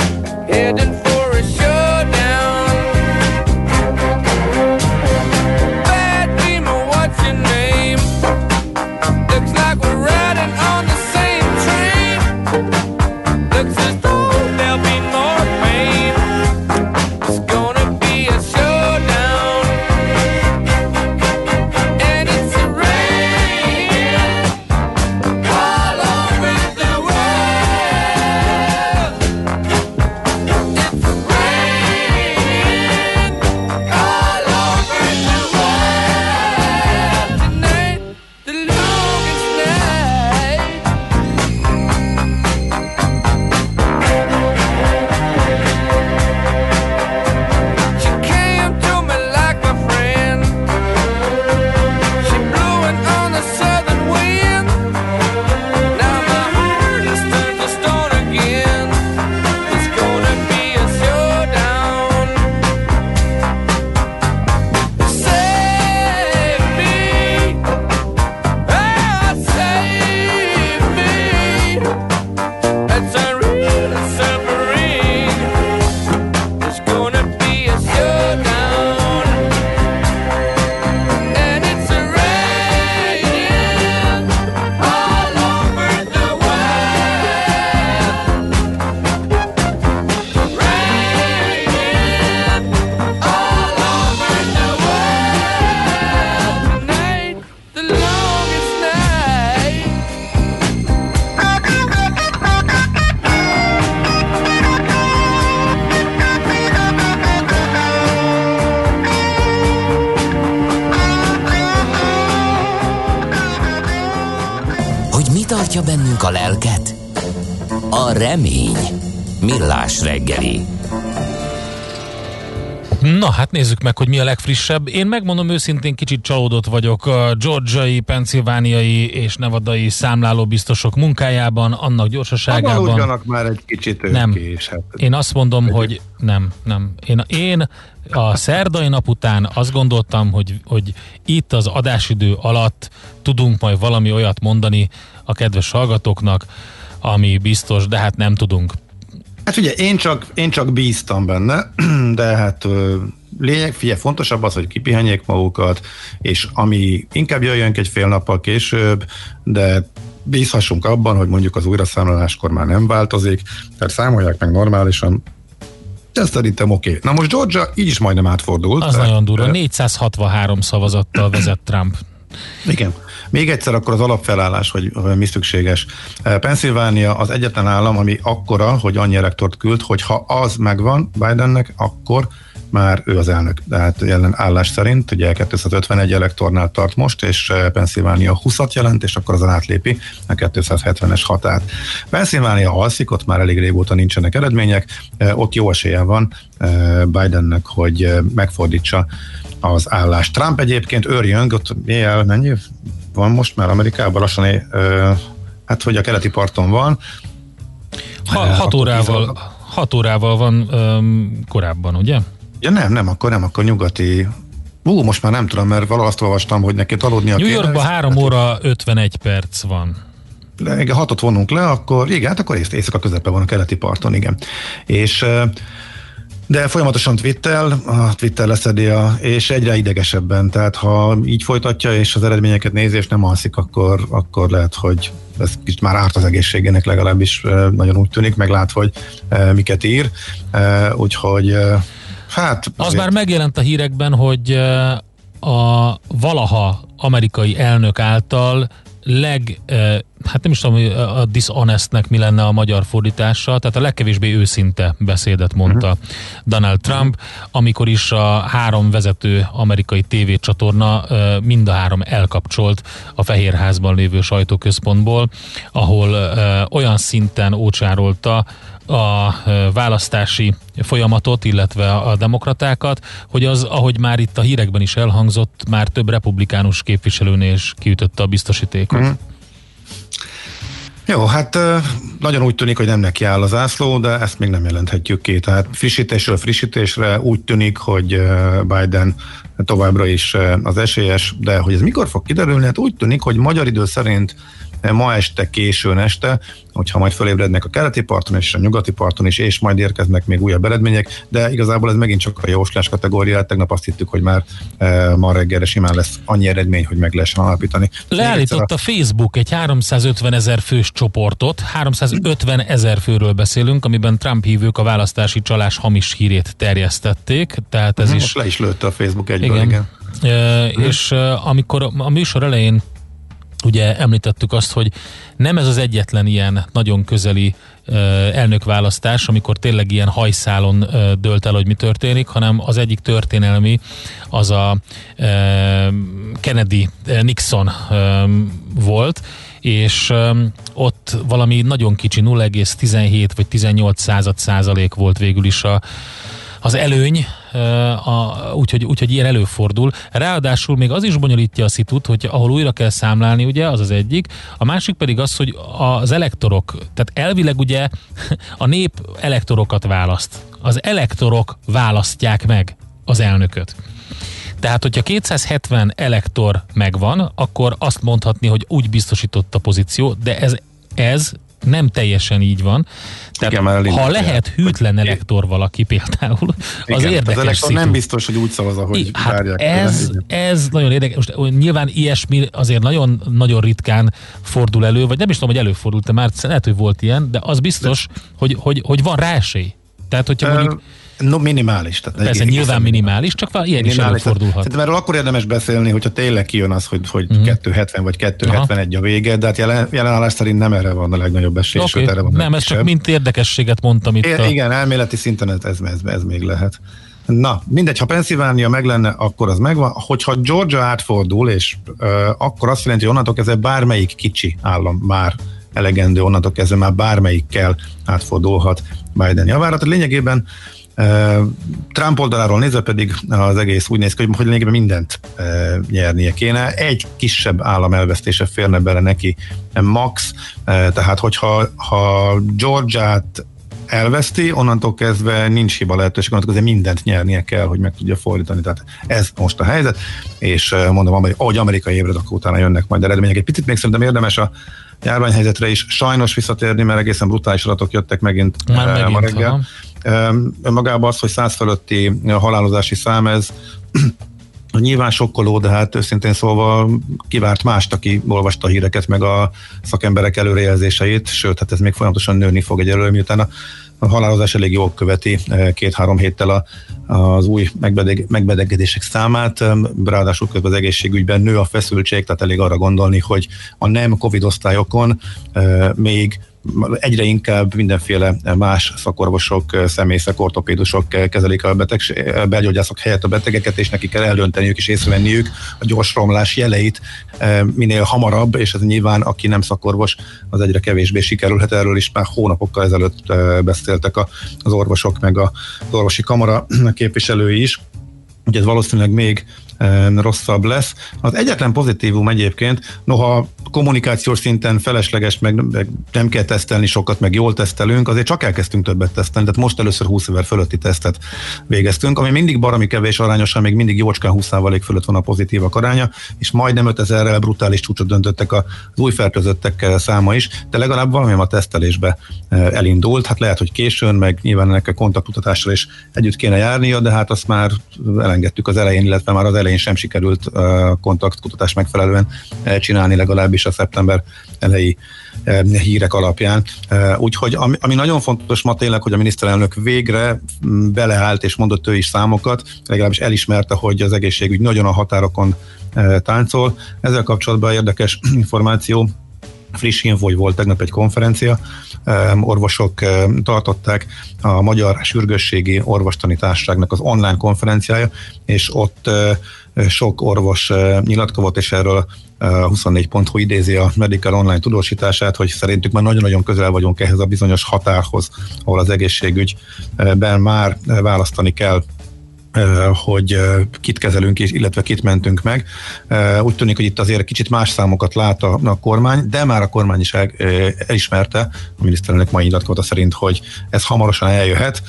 [SPEAKER 16] Heading for a showdown.
[SPEAKER 3] tartja bennünk a lelket? A remény. Millás reggeli.
[SPEAKER 4] Na, hát nézzük meg, hogy mi a legfrissebb. Én megmondom őszintén, kicsit csalódott vagyok a georgiai, pennsylvániai és nevadai számlálóbiztosok munkájában, annak gyorsaságában.
[SPEAKER 2] Magadjanak már egy kicsit ők
[SPEAKER 4] nem.
[SPEAKER 2] is. Hát.
[SPEAKER 4] Én azt mondom, hogy nem. Én a szerdai nap után azt gondoltam, hogy itt az adásidő alatt tudunk majd valami olyat mondani a kedves hallgatóknak, ami biztos, de hát nem tudunk.
[SPEAKER 2] Hát ugye én csak bíztam benne, de hát fontosabb az, hogy kipihenjék magukat, és ami inkább jöjjön egy fél nappal később, de bízhassunk abban, hogy mondjuk az újraszámláláskor már nem változik, tehát számolják meg normálisan. Ez szerintem oké. Na most Georgia így is majdnem átfordult.
[SPEAKER 4] Az nagyon durva. 463 szavazattal vezet Trump.
[SPEAKER 2] Igen. Még egyszer akkor az alapfelállás, hogy mi szükséges. Pennsylvania az egyetlen állam, ami akkora, hogy annyi elektort küld, hogy ha az megvan Bidennek, akkor már ő az elnök. Tehát jelen állás szerint ugye 251 elektornál tart most, és Pennsylvania 20-at jelent, és akkor azon átlépi a 270-es határt. Pennsylvania alszik, ott már elég régóta nincsenek eredmények, ott jó esélye van Bidennek, hogy megfordítsa az állást. Trump egyébként őrjön, ott mennyi van most már Amerikában, lassan hát hogy a keleti parton van.
[SPEAKER 4] 6 órával van korábban, ugye?
[SPEAKER 2] Ja nem, akkor nyugati. Most már nem tudom, mert valahol azt olvastam, hogy neki aludnia
[SPEAKER 4] New Yorkban 3 óra 51 perc van.
[SPEAKER 2] Igen, 6-ot vonunk le, akkor igen, hát akkor éjszaka közepe van a keleti parton, igen. És de folyamatosan Twitter leszedi, és egyre idegesebben, tehát ha így folytatja, és az eredményeket nézi, és nem alszik, akkor lehet, hogy ez kicsit már árt az egészségének, legalábbis nagyon úgy tűnik, meg lát, hogy miket ír, úgyhogy hát...
[SPEAKER 4] Az már megjelent a hírekben, hogy a valaha amerikai elnök által hát nem is tudom, hogy a dishonestnek mi lenne a magyar fordítása, tehát a legkevésbé őszinte beszédet mondta Donald Trump, amikor is a 3 vezető amerikai tévécsatorna mind a 3 elkapcsolt a Fehérházban lévő sajtóközpontból, ahol olyan szinten ócsárolta a választási folyamatot, illetve a demokratákat, hogy az, ahogy már itt a hírekben is elhangzott, már több republikánus képviselőnél is kiütötte a biztosítékot.
[SPEAKER 2] Jó, hát nagyon úgy tűnik, hogy nem neki áll az zászló, de ezt még nem jelenthetjük ki. Tehát frissítésre úgy tűnik, hogy Biden továbbra is az esélyes, de hogy ez mikor fog kiderülni, hát úgy tűnik, hogy magyar idő szerint ma este, későn este, hogyha majd fölébrednek a keleti parton és a nyugati parton is, és majd érkeznek még újabb eredmények, de igazából ez megint csak a jóslás kategória. Tegnap azt hittük, hogy már ma reggelre simán lesz annyi eredmény, hogy meg lehessen alapítani.
[SPEAKER 4] Leállított a Facebook egy 350 000 fős csoportot, 350 000 főről beszélünk, amiben Trump hívők a választási csalás hamis hírét terjesztették, tehát ez
[SPEAKER 2] most le is lőtte a Facebook egyből, igen.
[SPEAKER 4] És amikor a műsor elején ugye említettük azt, hogy nem ez az egyetlen ilyen nagyon közeli elnökválasztás, amikor tényleg ilyen hajszálon dölt el, hogy mi történik, hanem az egyik történelmi, az a Kennedy-Nixon volt, és ott valami nagyon kicsi 0,17 vagy 18% volt végül is az előny, úgyhogy ilyen előfordul. Ráadásul még az is bonyolítja a szitut, hogy ahol újra kell számlálni, ugye, az az egyik. A másik pedig az, hogy az elektorok, tehát elvileg ugye a nép elektorokat választ. Az elektorok választják meg az elnököt. Tehát, hogyha 270 elektor megvan, akkor azt mondhatni, hogy úgy biztosított a pozíció, de ez nem teljesen így van. Tehát igen, ha lehet hűtlen elektor valaki például, az igen, érdekes. Az
[SPEAKER 2] elektor nem biztos, hogy úgy szavaz, ahogy várják.
[SPEAKER 4] Ez nagyon érdekes. Most nyilván ilyesmi azért nagyon, nagyon ritkán fordul elő, vagy nem is tudom, hogy előfordult, de már lehet, hogy volt ilyen, de az biztos, hogy van rá esély. Tehát, hogyha mondjuk
[SPEAKER 2] minimális. Tehát
[SPEAKER 4] persze, nyilván minimális, csak ilyen is előfordulhat.
[SPEAKER 2] Szerintem erről akkor érdemes beszélni, hogyha tényleg kijön az, hogy 270 vagy 271 a vége, de hát jelen állás szerint nem erre van a legnagyobb esély, sőt erre van.
[SPEAKER 4] Nem, ez csak mint érdekességet mondtam itt.
[SPEAKER 2] Igen, elméleti szinten ez még lehet. Na, mindegy, ha Pennsylvania meg lenne, akkor az megvan. Hogyha Georgia átfordul, és akkor azt jelenti, hogy onnantól kezdve bármelyik kicsi állam már elegendő, onnantól kezdve már bármelyikkel átfordulhat Biden javára. Tehát lényegében Trump oldaláról nézve pedig az egész úgy néz ki, hogy lényegében mindent nyernie kéne. Egy kisebb állam elvesztése férne bele neki max, tehát hogyha Georgiát elveszti, onnantól kezdve nincs hiba lehetőség, onnantól kezdve mindent nyernie kell, hogy meg tudja fordítani. Tehát ez most a helyzet, és mondom, ahogy Amerika ébred, akkor utána jönnek majd eredmények. Egy picit még szerintem érdemes a járványhelyzetre is sajnos visszatérni, mert egészen brutális adatok jöttek megint ma reggel. Magában az, hogy 100 fölötti halálozási szám, ez nyilván sokkoló, de hát őszintén szólva kivárt mást, aki olvasta a híreket, meg a szakemberek előrejelzéseit, sőt, hát ez még folyamatosan nőni fog egyelőre, miután a halálozás elég jól követi 2-3 héttel az új megbetegedések számát, ráadásul közben az egészségügyben nő a feszültség, tehát elég arra gondolni, hogy a nem Covid osztályokon még egyre inkább mindenféle más szakorvosok, személyszek, ortopédusok kezelik a belgyógyászok helyett a betegeket, és nekik kell eldönteniük és észrevenniük a gyors romlás jeleit minél hamarabb, és ez nyilván, aki nem szakorvos, az egyre kevésbé sikerülhet. Erről is már hónapokkal ezelőtt beszéltek az orvosok, meg az orvosi kamara képviselői is. Ugye ez valószínűleg még rosszabb lesz. Az egyetlen pozitívum egyébként, noha kommunikációs szinten felesleges, meg nem kell tesztelni sokat, meg jól tesztelünk, azért csak elkezdtünk többet tesztelni, tehát most először 20 ezer fölötti tesztet végeztünk, ami mindig baromi kevés arányosan, még mindig jócskán 20% fölött van a pozitívak aránya, és majdnem 5000-rel brutális csúcsot döntöttek az új fertőzöttek száma is, de legalább valami a tesztelésbe elindult, hát lehet, hogy későn, meg nyilván ennek a kontaktkutatással is együtt kéne járnia, de hát azt már elengedtük az elején, illetve már az elején sem sikerült kontaktkutatást megfelelően csinálni, legalábbis a szeptember elejé hírek alapján. Úgyhogy ami nagyon fontos ma tényleg, hogy a miniszterelnök végre beleállt és mondott ő is számokat, legalábbis elismerte, hogy az egészségügy nagyon a határokon táncol. Ezzel kapcsolatban érdekes információ, friss info, hogy volt tegnap egy konferencia, orvosok tartották a Magyar Sürgősségi Orvostani Társaságnak az online konferenciája, és ott sok orvos nyilatkozott, és erről 24.hu idézi a Medical Online tudósítását, hogy szerintük már nagyon-nagyon közel vagyunk ehhez a bizonyos határhoz, ahol az egészségügyben már választani kell, hogy kit kezelünk, illetve kit mentünk meg. Úgy tűnik, hogy itt azért kicsit más számokat lát a kormány, de már a kormány is elismerte, a miniszterelnök mai nyilatkozata szerint, hogy ez hamarosan eljöhet.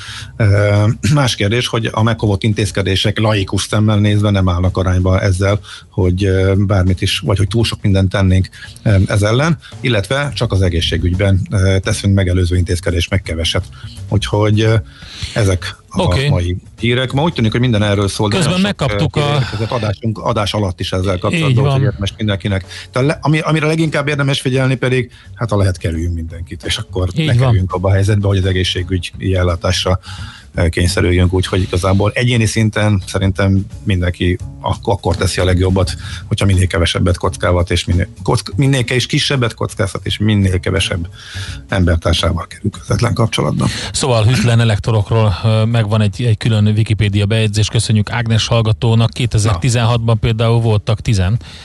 [SPEAKER 2] Más kérdés, hogy a meghovott intézkedések laikus szemmel nézve nem állnak arányba ezzel, hogy bármit is, vagy hogy túl sok mindent tennénk ez ellen, illetve csak az egészségügyben teszünk megelőző intézkedés, meg keveset. Úgyhogy ezek a mai hírek. Ma úgy tűnik, hogy minden erről szól.
[SPEAKER 4] Közben megkaptuk
[SPEAKER 2] adás alatt is ezzel kapcsolatban, hogy érdemes mindenkinek. Tehát amire leginkább érdemes figyelni pedig, hát ha lehet kerüljünk mindenkit, és akkor ne kerüljünk abba a helyzetbe, hogy az egészségügyi ellátásra kényszerüljünk, úgyhogy igazából egyéni szinten szerintem mindenki akkor teszi a legjobbat, hogyha minél kevesebbet kockáztat, és minél kisebbet kockáztat, és minél kevesebb embertársával kerül közvetlen kapcsolatban.
[SPEAKER 4] Szóval hűtlen elektorokról megvan egy külön Wikipédia bejegyzés, köszönjük Ágnes hallgatónak. 2016-ban például voltak 10.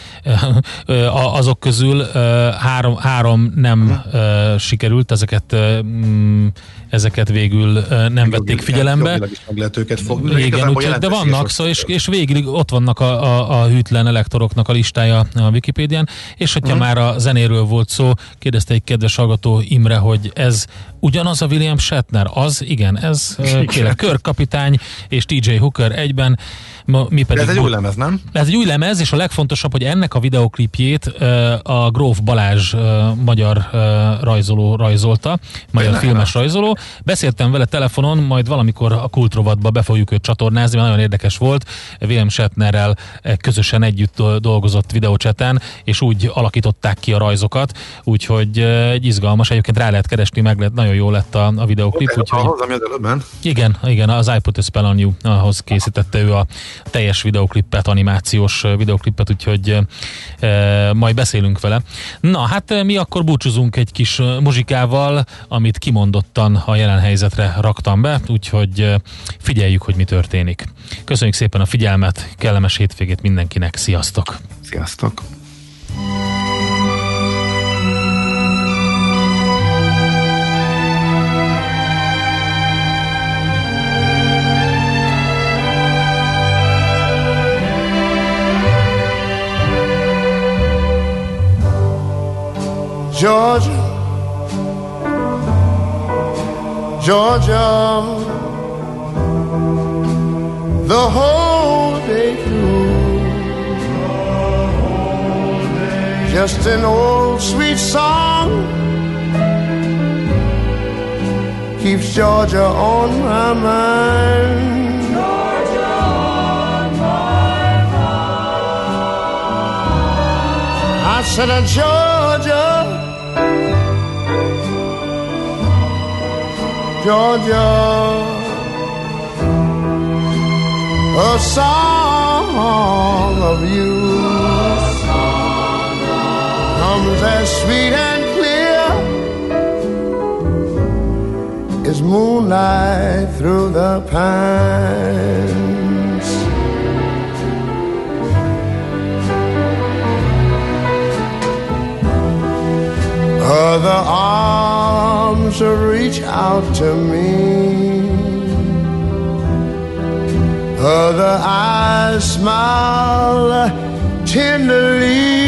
[SPEAKER 4] Azok közül három nem sikerült, ezeket végül nem vették figyelembe. Igen, de vannak, és végig ott vannak a hűtlen elektoroknak a listája a Wikipédián, és hogyha már a zenéről volt szó, kérdezte egy kedves hallgató, Imre, hogy ez ugyanaz a William Shatner? Az, igen, ez kérlek, Kirk kapitány és TJ Hooker egyben. Mi pedig
[SPEAKER 2] ez egy új lemez, nem?
[SPEAKER 4] Ez egy új lemez, és a legfontosabb, hogy ennek a videoklipjét a Gróf Balázs magyar rajzoló rajzolta, magyar filmes rajzoló. Beszéltem vele telefonon, majd valamikor a kultrovatba be fogjuk őt csatornázni, mert nagyon érdekes volt. William Shatnerrel közösen együtt dolgozott videócseten, és úgy alakították ki a rajzokat, úgyhogy egy izgalmas, egyébként rá lehet keresni, nagyon jó lett a videoklip. Igen, az I Put a Spell on You, ahhoz készítette ő a teljes videoklipet, animációs videoklipet, úgyhogy majd beszélünk vele. Na, hát mi akkor búcsúzunk egy kis muzsikával, amit kimondottan a jelen helyzetre raktam be, úgyhogy figyeljük, hogy mi történik. Köszönjük szépen a figyelmet, kellemes hétvégét mindenkinek, sziasztok!
[SPEAKER 2] Sziasztok!
[SPEAKER 10] Georgia, Georgia, the whole day through, just an old sweet song keeps Georgia on my mind. Georgia on my mind. I said, Georgia, Georgia, a song of you comes as sweet and clear as moonlight through the pines. Other arms reach out to me, other eyes smile tenderly.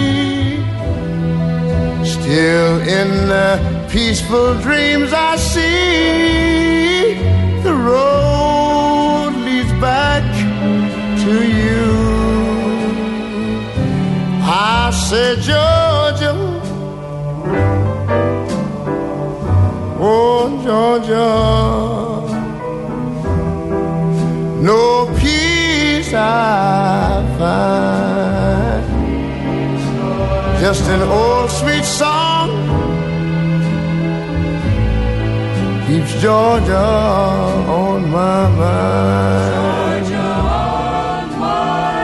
[SPEAKER 10] Still in the peaceful dreams I see, the road leads back to you. I said, Georgia, oh Georgia, no peace I find, just an old sweet song keeps Georgia on my mind. Georgia on my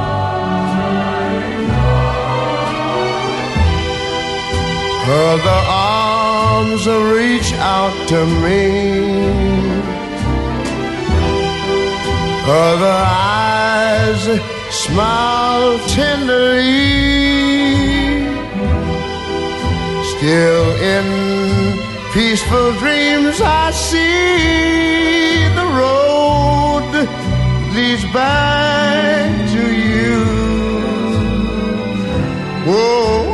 [SPEAKER 10] mind. Other arms reach out to me, other eyes smile tenderly. Still in peaceful dreams I see, the road leads back to you. Whoa,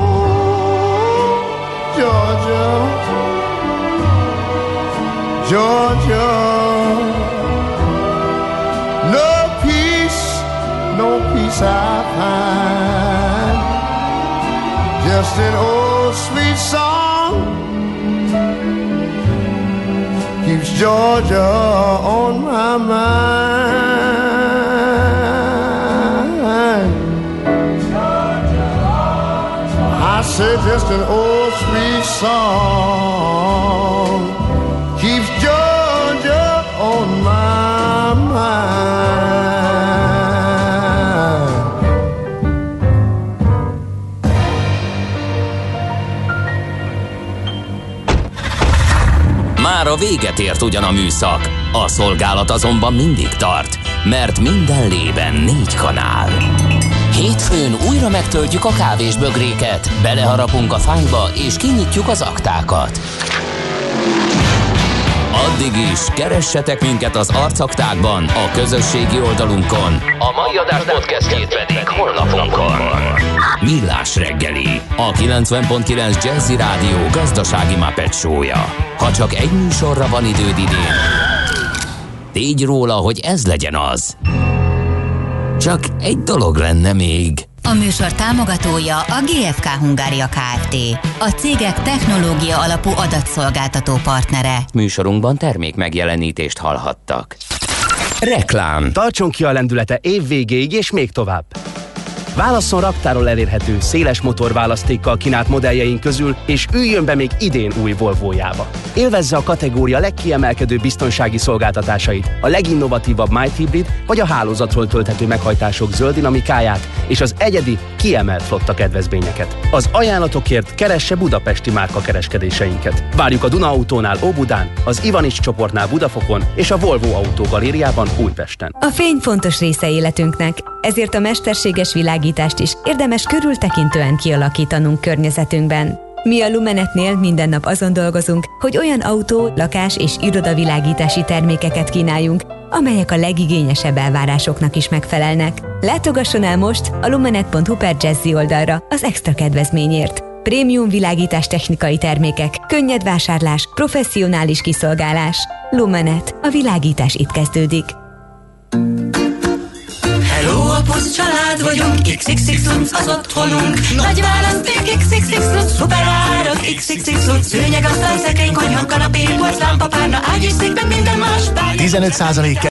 [SPEAKER 10] Georgia, Georgia, no peace I find, just an old sweet song keeps Georgia on my mind. I say just an old sweet song keeps Georgia on my mind.
[SPEAKER 3] Már a véget ért ugyan a műszak, a szolgálat azonban mindig tart, mert minden lében 4 kanál. Hétfőn újra megtöltjük a kávésbögréket, beleharapunk a fányba és kinyitjuk az aktákat. Addig is keressetek minket az arcaktákban, a közösségi oldalunkon, a mai adás podcastjét pedig honlapunkon. Millás reggeli, a 90.9 Jazzy Rádió gazdasági Muppet show-ja. Ha csak egy műsorra van időd idén, tégy róla, hogy ez legyen az. Csak egy dolog lenne még.
[SPEAKER 5] A műsor támogatója a GFK Hungária Kft. A cégek technológia alapú adatszolgáltató partnere.
[SPEAKER 3] Műsorunkban termék megjelenítést hallhattak. Reklám.
[SPEAKER 16] Tartson ki a lendülete év végéig és még tovább. Válasszon raktáról elérhető, széles motorválasztékkal kínált modelljeink közül, és üljön be még idén új Volvojába. Élvezze a kategória legkiemelkedőbb biztonsági szolgáltatásait, a leginnovatívabb Mild Hybrid vagy a hálózatról tölthető meghajtások zöld dinamikáját és az egyedi, kiemelt flotta kedvezményeket. Az ajánlatokért keresse budapesti márkakereskedéseinket. Várjuk a Duna Autónál Óbudán, az Ivanics csoportnál Budafokon és a Volvo Autó Galériában Újpesten.
[SPEAKER 17] A fény fontos része életünknek, ezért a mesterséges világítást is érdemes körültekintően kialakítanunk környezetünkben. Mi a Lumenetnél minden nap azon dolgozunk, hogy olyan autó, lakás és irodavilágítási termékeket kínáljunk, amelyek a legigényesebb elvárásoknak is megfelelnek. Látogasson el most a lumenet.hu/jazzy oldalra az extra kedvezményért. Prémium világítás technikai termékek, könnyed vásárlás, professzionális kiszolgálás. Lumenet. A világítás itt kezdődik.
[SPEAKER 18] Hello, a Pusz család vagyunk, XXX az otthonunk. Nagy választék, XXX szuper árak, XXX szőnyeg, asztal, szekrény, konyha, kanapé, porcelán, papárna, ágy és szék, meg minden más.
[SPEAKER 19] 15%